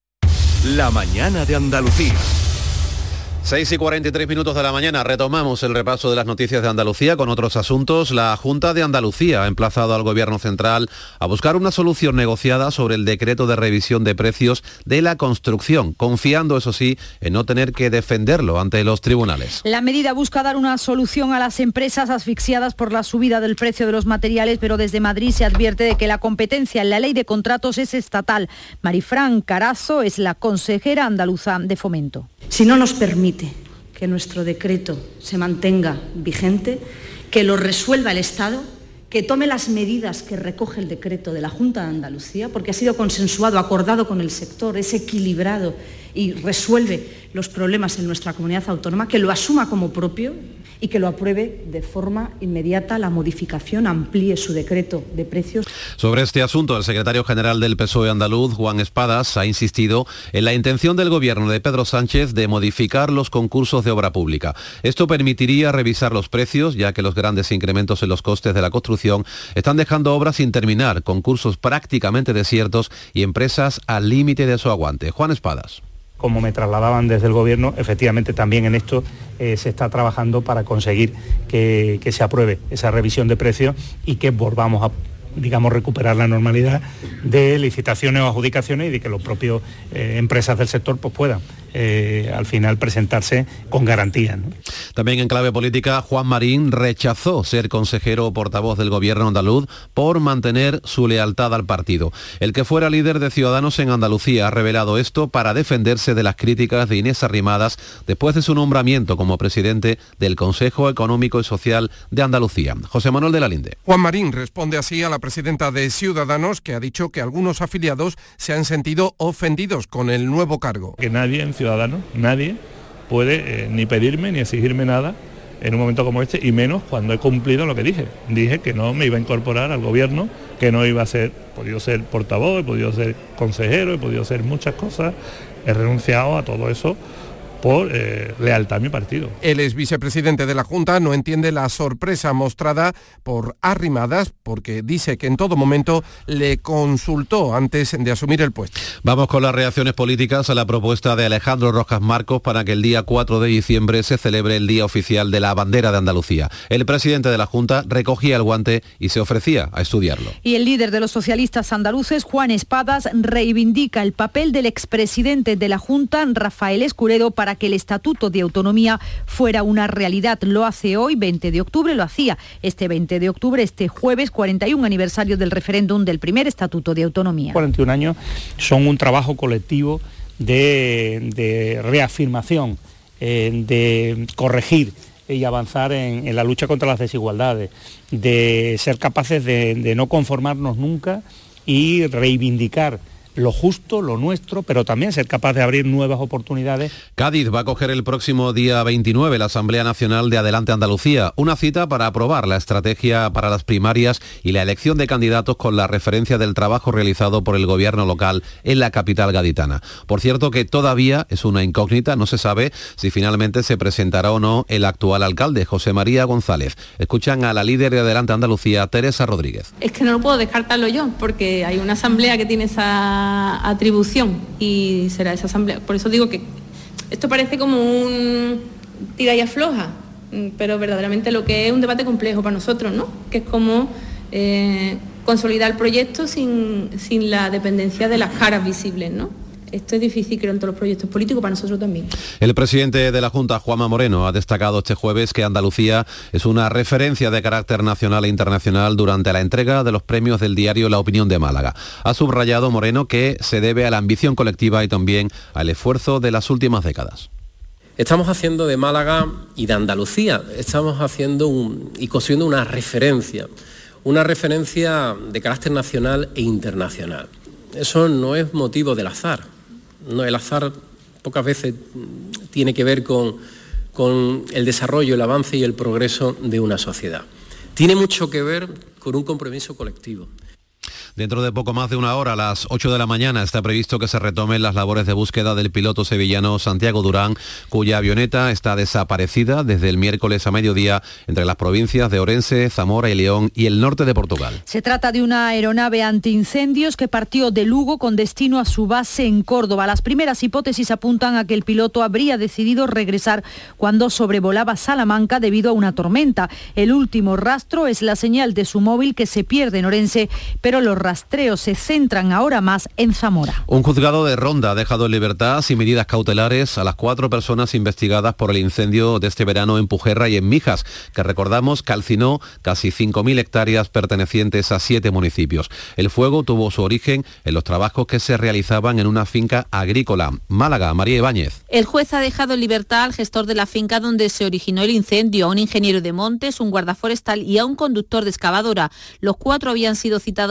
La mañana de Andalucía. 6:43 minutos de la mañana, retomamos el repaso de las noticias de Andalucía con otros asuntos. La Junta de Andalucía ha emplazado al Gobierno Central a buscar una solución negociada sobre el decreto de revisión de precios de la construcción, confiando, eso sí, en no tener que defenderlo ante los tribunales. La medida busca dar una solución a las empresas asfixiadas por la subida del precio de los materiales, pero desde Madrid se advierte de que la competencia en la ley de contratos es estatal. Marifran Carazo es la consejera andaluza de Fomento. Si no nos permite que nuestro decreto se mantenga vigente, que lo resuelva el Estado, que tome las medidas que recoge el decreto de la Junta de Andalucía, porque ha sido consensuado, acordado con el sector, es equilibrado y resuelve los problemas en nuestra comunidad autónoma, que lo asuma como propio y que lo apruebe de forma inmediata la modificación, amplíe su decreto de precios. Sobre este asunto, el secretario general del PSOE andaluz, Juan Espadas, ha insistido en la intención del gobierno de Pedro Sánchez de modificar los concursos de obra pública. Esto permitiría revisar los precios, ya que los grandes incrementos en los costes de la construcción están dejando obras sin terminar, concursos prácticamente desiertos y empresas al límite de su aguante. Juan Espadas. Como me trasladaban desde el Gobierno, efectivamente también en esto se está trabajando para conseguir que se apruebe esa revisión de precios y que volvamos a, digamos, recuperar la normalidad de licitaciones o adjudicaciones y de que los propios empresas del sector pues puedan al final presentarse con garantías, ¿no? También en clave política, Juan Marín rechazó ser consejero o portavoz del gobierno andaluz por mantener su lealtad al partido. El que fuera líder de Ciudadanos en Andalucía ha revelado esto para defenderse de las críticas de Inés Arrimadas después de su nombramiento como presidente del Consejo Económico y Social de Andalucía. José Manuel de la Linde. Juan Marín responde así a la presidenta de Ciudadanos, que ha dicho que algunos afiliados se han sentido ofendidos con el nuevo cargo. Que nadie en Ciudadanos, nadie puede ni pedirme ni exigirme nada en un momento como este, y menos cuando he cumplido lo que dije. Dije que no me iba a incorporar al gobierno, que no iba a ser, he podido ser portavoz, he podido ser consejero, he podido ser muchas cosas, he renunciado a todo eso por lealtad a mi partido. El ex vicepresidente de la Junta no entiende la sorpresa mostrada por Arrimadas, porque dice que en todo momento le consultó antes de asumir el puesto. Vamos con las reacciones políticas a la propuesta de Alejandro Rojas Marcos para que el día 4 de diciembre se celebre el Día Oficial de la Bandera de Andalucía. El presidente de la Junta recogía el guante y se ofrecía a estudiarlo. Y el líder de los socialistas andaluces, Juan Espadas, reivindica el papel del expresidente de la Junta, Rafael Escuredo, para que el Estatuto de Autonomía fuera una realidad. Lo hace hoy, 20 de octubre, lo hacía este 20 de octubre, este jueves, 41 aniversario del referéndum del primer Estatuto de Autonomía. 41 años son un trabajo colectivo de reafirmación, de corregir y avanzar en la lucha contra las desigualdades, de ser capaces de no conformarnos nunca y reivindicar lo justo, lo nuestro, pero también ser capaz de abrir nuevas oportunidades. Cádiz va a acoger el próximo día 29 la Asamblea Nacional de Adelante Andalucía, una cita para aprobar la estrategia para las primarias y la elección de candidatos con la referencia del trabajo realizado por el gobierno local en la capital gaditana. Por cierto que todavía es una incógnita, no se sabe si finalmente se presentará o no el actual alcalde, José María González. Escuchan a la líder de Adelante Andalucía, Teresa Rodríguez. Es que no lo puedo descartarlo yo, porque hay una asamblea que tiene esa atribución y será esa asamblea. Por eso digo que esto parece como un tira y afloja, pero verdaderamente lo que es un debate complejo para nosotros, ¿no? Que es como consolidar el proyecto sin la dependencia de las caras visibles, ¿no? Esto es difícil, creo, en todos los proyectos políticos, para nosotros también. El presidente de la Junta, Juanma Moreno, ha destacado este jueves que Andalucía es una referencia de carácter nacional e internacional durante la entrega de los premios del diario La Opinión de Málaga. Ha subrayado Moreno que se debe a la ambición colectiva y también al esfuerzo de las últimas décadas. Estamos haciendo de Málaga y de Andalucía, estamos haciendo y construyendo una referencia de carácter nacional e internacional. Eso no es motivo del azar. No, el azar pocas veces tiene que ver con el desarrollo, el avance y el progreso de una sociedad. Tiene mucho que ver con un compromiso colectivo. Dentro de poco más de una hora, a las 8 de la mañana, está previsto que se retomen las labores de búsqueda del piloto sevillano Santiago Durán, cuya avioneta está desaparecida desde el miércoles a mediodía entre las provincias de Orense, Zamora y León y el norte de Portugal. Se trata de una aeronave antiincendios que partió de Lugo con destino a su base en Córdoba. Las primeras hipótesis apuntan a que el piloto habría decidido regresar cuando sobrevolaba Salamanca debido a una tormenta. El último rastro es la señal de su móvil que se pierde en Orense, pero los rastreos se centran ahora más en Zamora. Un juzgado de Ronda ha dejado en libertad sin medidas cautelares a las 4 personas investigadas por el incendio de este verano en Pujerra y en Mijas, que recordamos calcinó casi 5.000 hectáreas pertenecientes a 7 municipios. El fuego tuvo su origen en los trabajos que se realizaban en una finca agrícola. Málaga, María Ibáñez. El juez ha dejado en libertad al gestor de la finca donde se originó el incendio, a un ingeniero de montes, un guardaforestal y a un conductor de excavadora. Los 4 habían sido citados al encontramiento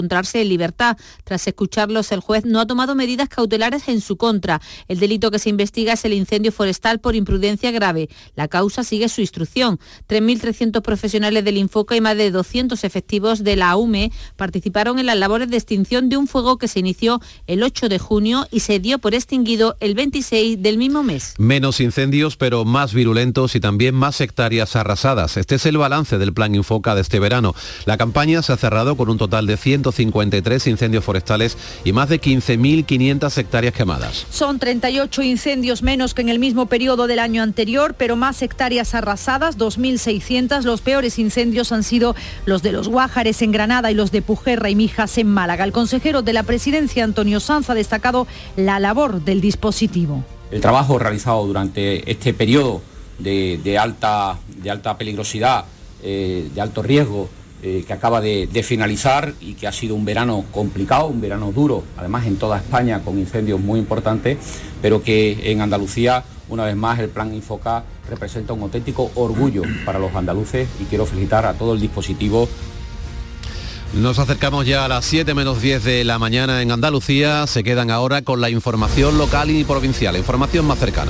encontrarse en libertad. Tras escucharlos, el juez no ha tomado medidas cautelares en su contra. El delito que se investiga es el incendio forestal por imprudencia grave. La causa sigue su instrucción. 3.300 profesionales del Infoca y más de 200 efectivos de la AUME participaron en las labores de extinción de un fuego que se inició el 8 de junio y se dio por extinguido el 26 del mismo mes. Menos incendios, pero más virulentos y también más hectáreas arrasadas. Este es el balance del Plan Infoca de este verano. La campaña se ha cerrado con un total de 153 incendios forestales y más de 15.500 hectáreas quemadas. Son 38 incendios menos que en el mismo periodo del año anterior, pero más hectáreas arrasadas, 2.600. Los peores incendios han sido los de Los Guájares en Granada y los de Pujerra y Mijas en Málaga. El consejero de la Presidencia, Antonio Sanz, ha destacado la labor del dispositivo. El trabajo realizado durante este periodo de alta peligrosidad, de alto riesgo, que acaba de finalizar y que ha sido un verano complicado, un verano duro, además en toda España con incendios muy importantes, pero que en Andalucía, una vez más, el Plan Infoca representa un auténtico orgullo para los andaluces y quiero felicitar a todo el dispositivo. Nos acercamos ya a las 7 menos 10 de la mañana en Andalucía. Se quedan ahora con la información local y provincial, la información más cercana.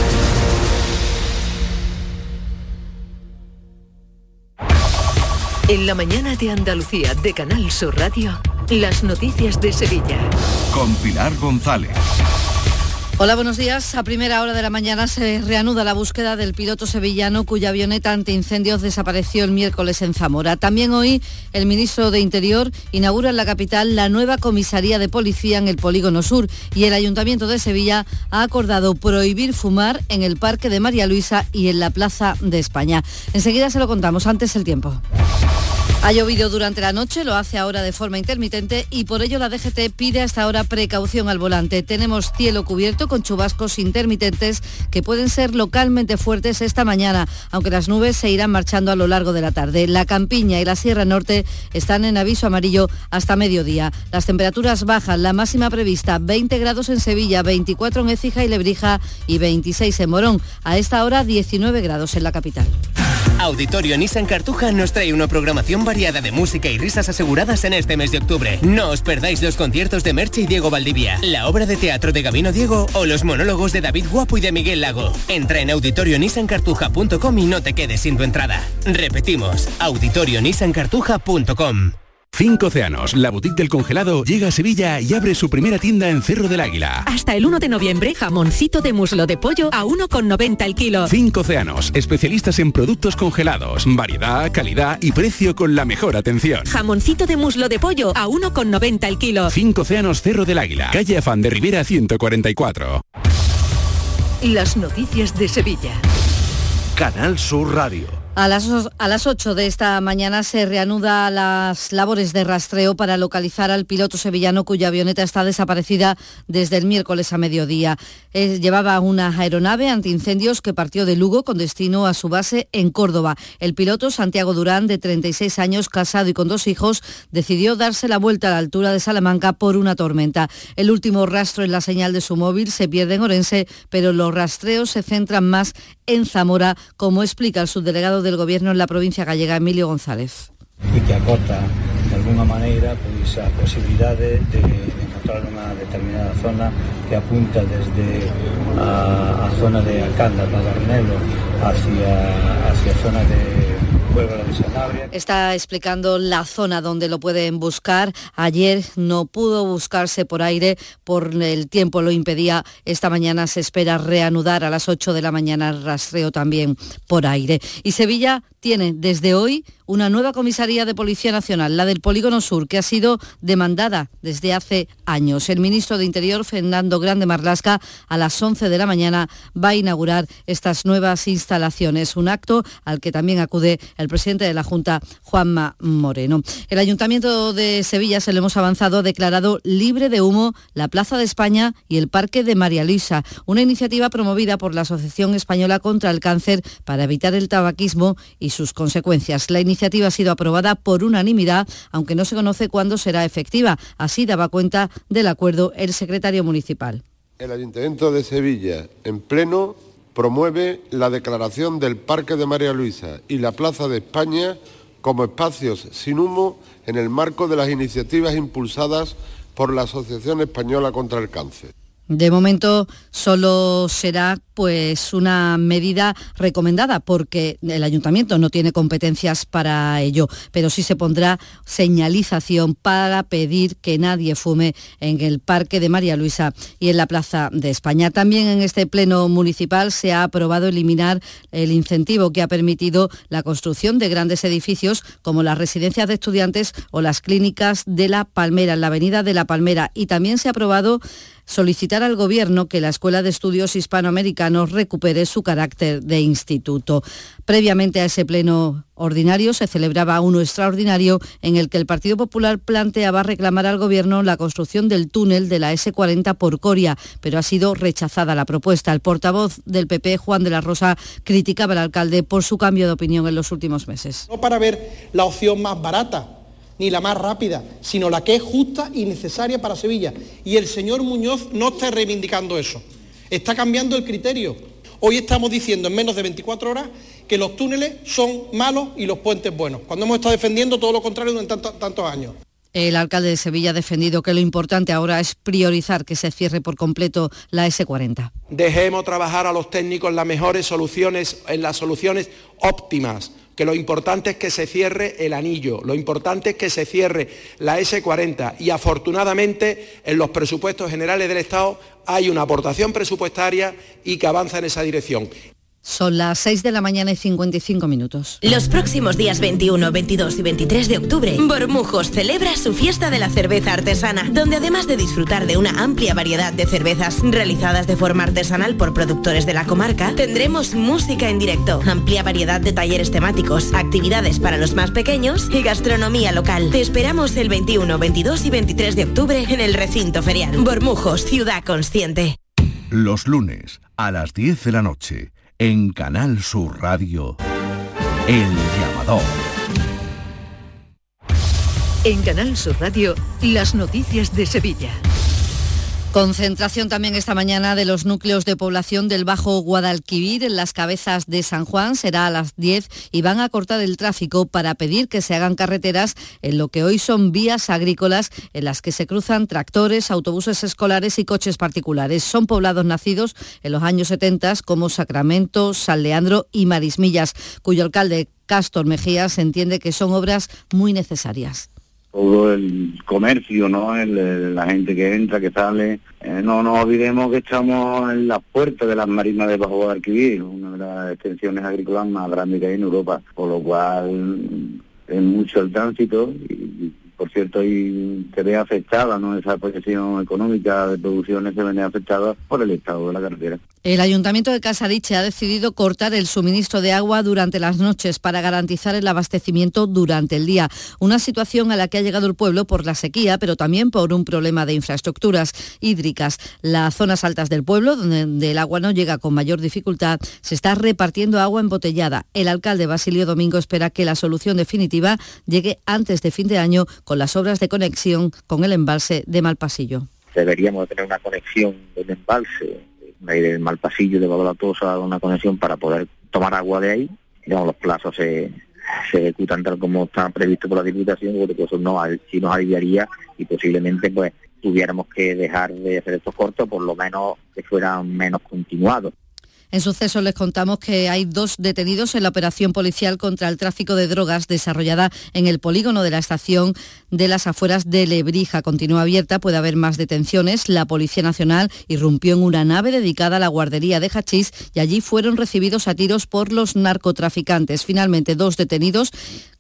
En la mañana de Andalucía de Canal Sur Radio, las noticias de Sevilla. Con Pilar González. Hola, buenos días. A primera hora de la mañana se reanuda la búsqueda del piloto sevillano cuya avioneta antiincendios desapareció el miércoles en Zamora. También hoy el ministro de Interior inaugura en la capital la nueva comisaría de policía en el Polígono Sur y el Ayuntamiento de Sevilla ha acordado prohibir fumar en el Parque de María Luisa y en la Plaza de España. Enseguida se lo contamos, antes el tiempo. Ha llovido durante la noche, lo hace ahora de forma intermitente y por ello la DGT pide hasta ahora precaución al volante. Tenemos cielo cubierto con chubascos intermitentes que pueden ser localmente fuertes esta mañana, aunque las nubes se irán marchando a lo largo de la tarde. La Campiña y la Sierra Norte están en aviso amarillo hasta mediodía. Las temperaturas bajan, la máxima prevista 20 grados en Sevilla, 24 en Écija y Lebrija y 26 en Morón. A esta hora 19 grados en la capital. Auditorio Nissan Cartuja nos trae una programación variada de música y risas aseguradas en este mes de octubre. No os perdáis los conciertos de Merche y Diego Valdivia, la obra de teatro de Gabino Diego o los monólogos de David Guapo y de Miguel Lago. Entra en auditorionissancartuja.com y no te quedes sin tu entrada. Repetimos, auditorionissancartuja.com. 5 Océanos, la boutique del congelado, llega a Sevilla y abre su primera tienda en Cerro del Águila. Hasta el 1 de noviembre, jamoncito de muslo de pollo a 1,90 el kilo. 5 Océanos, especialistas en productos congelados, variedad, calidad y precio con la mejor atención. Jamoncito de muslo de pollo a 1,90 el kilo. 5 Océanos, Cerro del Águila, calle Afán de Rivera 144. Las noticias de Sevilla. Canal Sur Radio. A las 8 de esta mañana se reanuda las labores de rastreo para localizar al piloto sevillano cuya avioneta está desaparecida desde el miércoles a mediodía. Llevaba una aeronave antiincendios que partió de Lugo con destino a su base en Córdoba. El piloto, Santiago Durán, de 36 años, casado y con 2 hijos, decidió darse la vuelta a la altura de Salamanca por una tormenta. El último rastro en la señal de su móvil se pierde en Orense, pero los rastreos se centran más en Zamora, como explica el subdelegado del Gobierno en la provincia gallega, Emilio González. Y que acota de alguna manera pues, a posibilidades de encontrar una determinada zona que apunta desde a zona de Alcalda, Padernelo, hacia zona de Huelva de Sanabria. Está explicando la zona donde lo pueden buscar. Ayer no pudo buscarse por aire, por el tiempo lo impedía. Esta mañana se espera reanudar a las 8 de la mañana el rastreo también por aire. Y Sevilla tiene desde hoy una nueva comisaría de Policía Nacional, la del Polígono Sur, que ha sido demandada desde hace años. El ministro de Interior, Fernando Grande Marlaska, a las 11 de la mañana va a inaugurar estas nuevas instalaciones, un acto al que también acude el presidente de la Junta, Juanma Moreno. El Ayuntamiento de Sevilla, se lo hemos avanzado, ha declarado libre de humo la Plaza de España y el Parque de María Luisa, una iniciativa promovida por la Asociación Española contra el Cáncer para evitar el tabaquismo y sus consecuencias. La iniciativa ha sido aprobada por unanimidad, aunque no se conoce cuándo será efectiva. Así daba cuenta del acuerdo el secretario municipal. El Ayuntamiento de Sevilla, en pleno, promueve la declaración del Parque de María Luisa y la Plaza de España como espacios sin humo en el marco de las iniciativas impulsadas por la Asociación Española contra el Cáncer. De momento solo será pues una medida recomendada porque el ayuntamiento no tiene competencias para ello, pero sí se pondrá señalización para pedir que nadie fume en el Parque de María Luisa y en la Plaza de España. También en este pleno municipal se ha aprobado eliminar el incentivo que ha permitido la construcción de grandes edificios como las residencias de estudiantes o las clínicas de La Palmera, en la avenida de La Palmera, y también se ha aprobado solicitar al Gobierno que la Escuela de Estudios Hispanoamericanos recupere su carácter de instituto. Previamente a ese pleno ordinario se celebraba uno extraordinario en el que el Partido Popular planteaba reclamar al Gobierno la construcción del túnel de la S40 por Coria, pero ha sido rechazada la propuesta. El portavoz del PP, Juan de la Rosa, criticaba al alcalde por su cambio de opinión en los últimos meses. No para ver la opción más barata ni la más rápida, sino la que es justa y necesaria para Sevilla. Y el señor Muñoz no está reivindicando eso, está cambiando el criterio. Hoy estamos diciendo en menos de 24 horas que los túneles son malos y los puentes buenos, cuando hemos estado defendiendo todo lo contrario durante tantos años. El alcalde de Sevilla ha defendido que lo importante ahora es priorizar que se cierre por completo la S40. Dejemos trabajar a los técnicos en las mejores soluciones, en las soluciones óptimas, que lo importante es que se cierre el anillo, lo importante es que se cierre la S40 y afortunadamente en los presupuestos generales del Estado hay una aportación presupuestaria y que avanza en esa dirección. Son las 6 de la mañana y 55 minutos. Los próximos días 21, 22 y 23 de octubre, Bormujos celebra su fiesta de la cerveza artesana, donde además de disfrutar de una amplia variedad de cervezas realizadas de forma artesanal por productores de la comarca, tendremos música en directo, amplia variedad de talleres temáticos, actividades para los más pequeños y gastronomía local. Te esperamos el 21, 22 y 23 de octubre en el recinto ferial. Bormujos, ciudad consciente. Los lunes a las 10 de la noche. En Canal Sur Radio, El Llamador. En Canal Sur Radio, las noticias de Sevilla. Concentración también esta mañana de los núcleos de población del Bajo Guadalquivir en las Cabezas de San Juan. Será a las 10 y van a cortar el tráfico para pedir que se hagan carreteras en lo que hoy son vías agrícolas en las que se cruzan tractores, autobuses escolares y coches particulares. Son poblados nacidos en los años 70 como Sacramento, San Leandro y Marismillas, cuyo alcalde Cástor Mejías entiende que son obras muy necesarias. Todo el comercio, ¿no? La gente que entra, que sale. No nos olvidemos que estamos en las puertas de las marismas de Bajo Guadalquivir, una de las extensiones agrícolas más grandes que hay en Europa, por lo cual es mucho el tránsito y por cierto, y se ve afectada, ¿no? Esa posición económica de producciones se ve afectada por el estado de la carretera. El Ayuntamiento de Casariche ha decidido cortar el suministro de agua durante las noches para garantizar el abastecimiento durante el día. Una situación a la que ha llegado el pueblo por la sequía, pero también por un problema de infraestructuras hídricas. Las zonas altas del pueblo, donde el agua no llega con mayor dificultad, se está repartiendo agua embotellada. El alcalde Basilio Domingo espera que la solución definitiva llegue antes de fin de año con las obras de conexión con el embalse de Malpasillo. Deberíamos tener una conexión del embalse, del Malpasillo de Badalatosa, una conexión para poder tomar agua de ahí. Digamos, los plazos se ejecutan tal como está previsto por la Diputación, porque eso sí nos aliviaría y posiblemente pues tuviéramos que dejar de hacer estos cortos, por lo menos que fueran menos continuados. En Sucesos les contamos que hay 2 detenidos en la operación policial contra el tráfico de drogas desarrollada en el polígono de la estación de las afueras de Lebrija. Continúa abierta, puede haber más detenciones. La Policía Nacional irrumpió en una nave dedicada a la guardería de hachís y allí fueron recibidos a tiros por los narcotraficantes. Finalmente, 2 detenidos.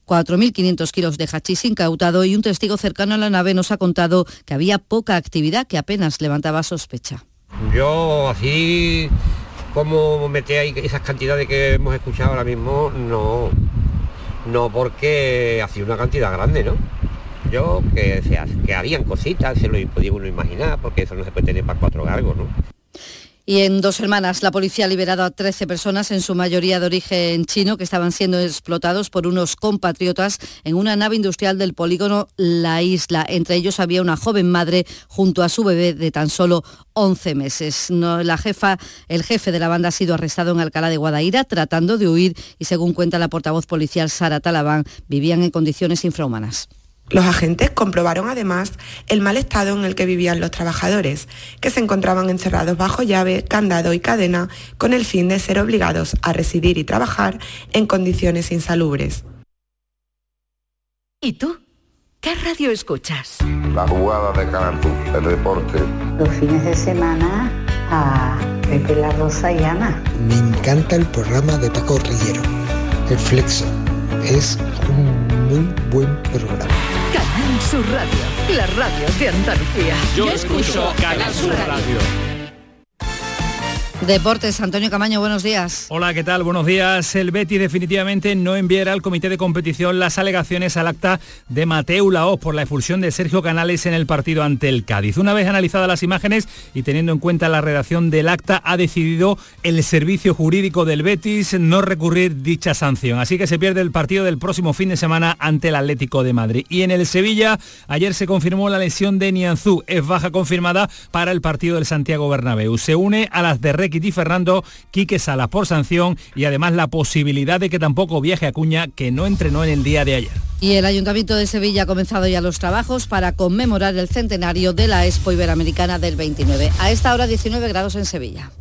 4.500 kilos de hachís incautado y un testigo cercano a la nave nos ha contado que había poca actividad, que apenas levantaba sospecha. Yo así como meter ahí esas cantidades que hemos escuchado ahora mismo, no porque ha sido una cantidad grande, ¿no? Yo que harían cositas, se lo podía uno imaginar, porque eso no se puede tener para 4 galgos, ¿no? Y en 2 semanas la policía ha liberado a 13 personas, en su mayoría de origen chino, que estaban siendo explotados por unos compatriotas en una nave industrial del polígono La Isla. Entre ellos había una joven madre junto a su bebé de tan solo 11 meses. El jefe de la banda ha sido arrestado en Alcalá de Guadaira tratando de huir y, según cuenta la portavoz policial Sara Talabán, vivían en condiciones infrahumanas. Los agentes comprobaron además el mal estado en el que vivían los trabajadores, que se encontraban encerrados bajo llave, candado y cadena, con el fin de ser obligados a residir y trabajar en condiciones insalubres. ¿Y tú? ¿Qué radio escuchas? La jugada de Canal Sur, el deporte. Los fines de semana a Pepe La Rosa y Ana. Me encanta el programa de Paco Rillero, El Flexo. Es un muy buen programa. Canal Sur Radio, la radio de Andalucía. Yo escucho Canal Sur Radio. Deportes, Antonio Camaño, buenos días. Hola, ¿qué tal? Buenos días. El Betis definitivamente no enviará al comité de competición las alegaciones al acta de Mateu Laoz por la expulsión de Sergio Canales en el partido ante el Cádiz. Una vez analizadas las imágenes y teniendo en cuenta la redacción del acta, ha decidido el servicio jurídico del Betis no recurrir dicha sanción. Así que se pierde el partido del próximo fin de semana ante el Atlético de Madrid. Y en el Sevilla, ayer se confirmó la lesión de Nianzú. Es baja confirmada para el partido del Santiago Bernabéu. Se une a las de Requit y Ferrando, Quique Salas por sanción y además la posibilidad de que tampoco viaje Acuña, que no entrenó en el día de ayer. Y el Ayuntamiento de Sevilla ha comenzado ya los trabajos para conmemorar el centenario de la Expo Iberoamericana del 29. A esta hora 19 grados en Sevilla.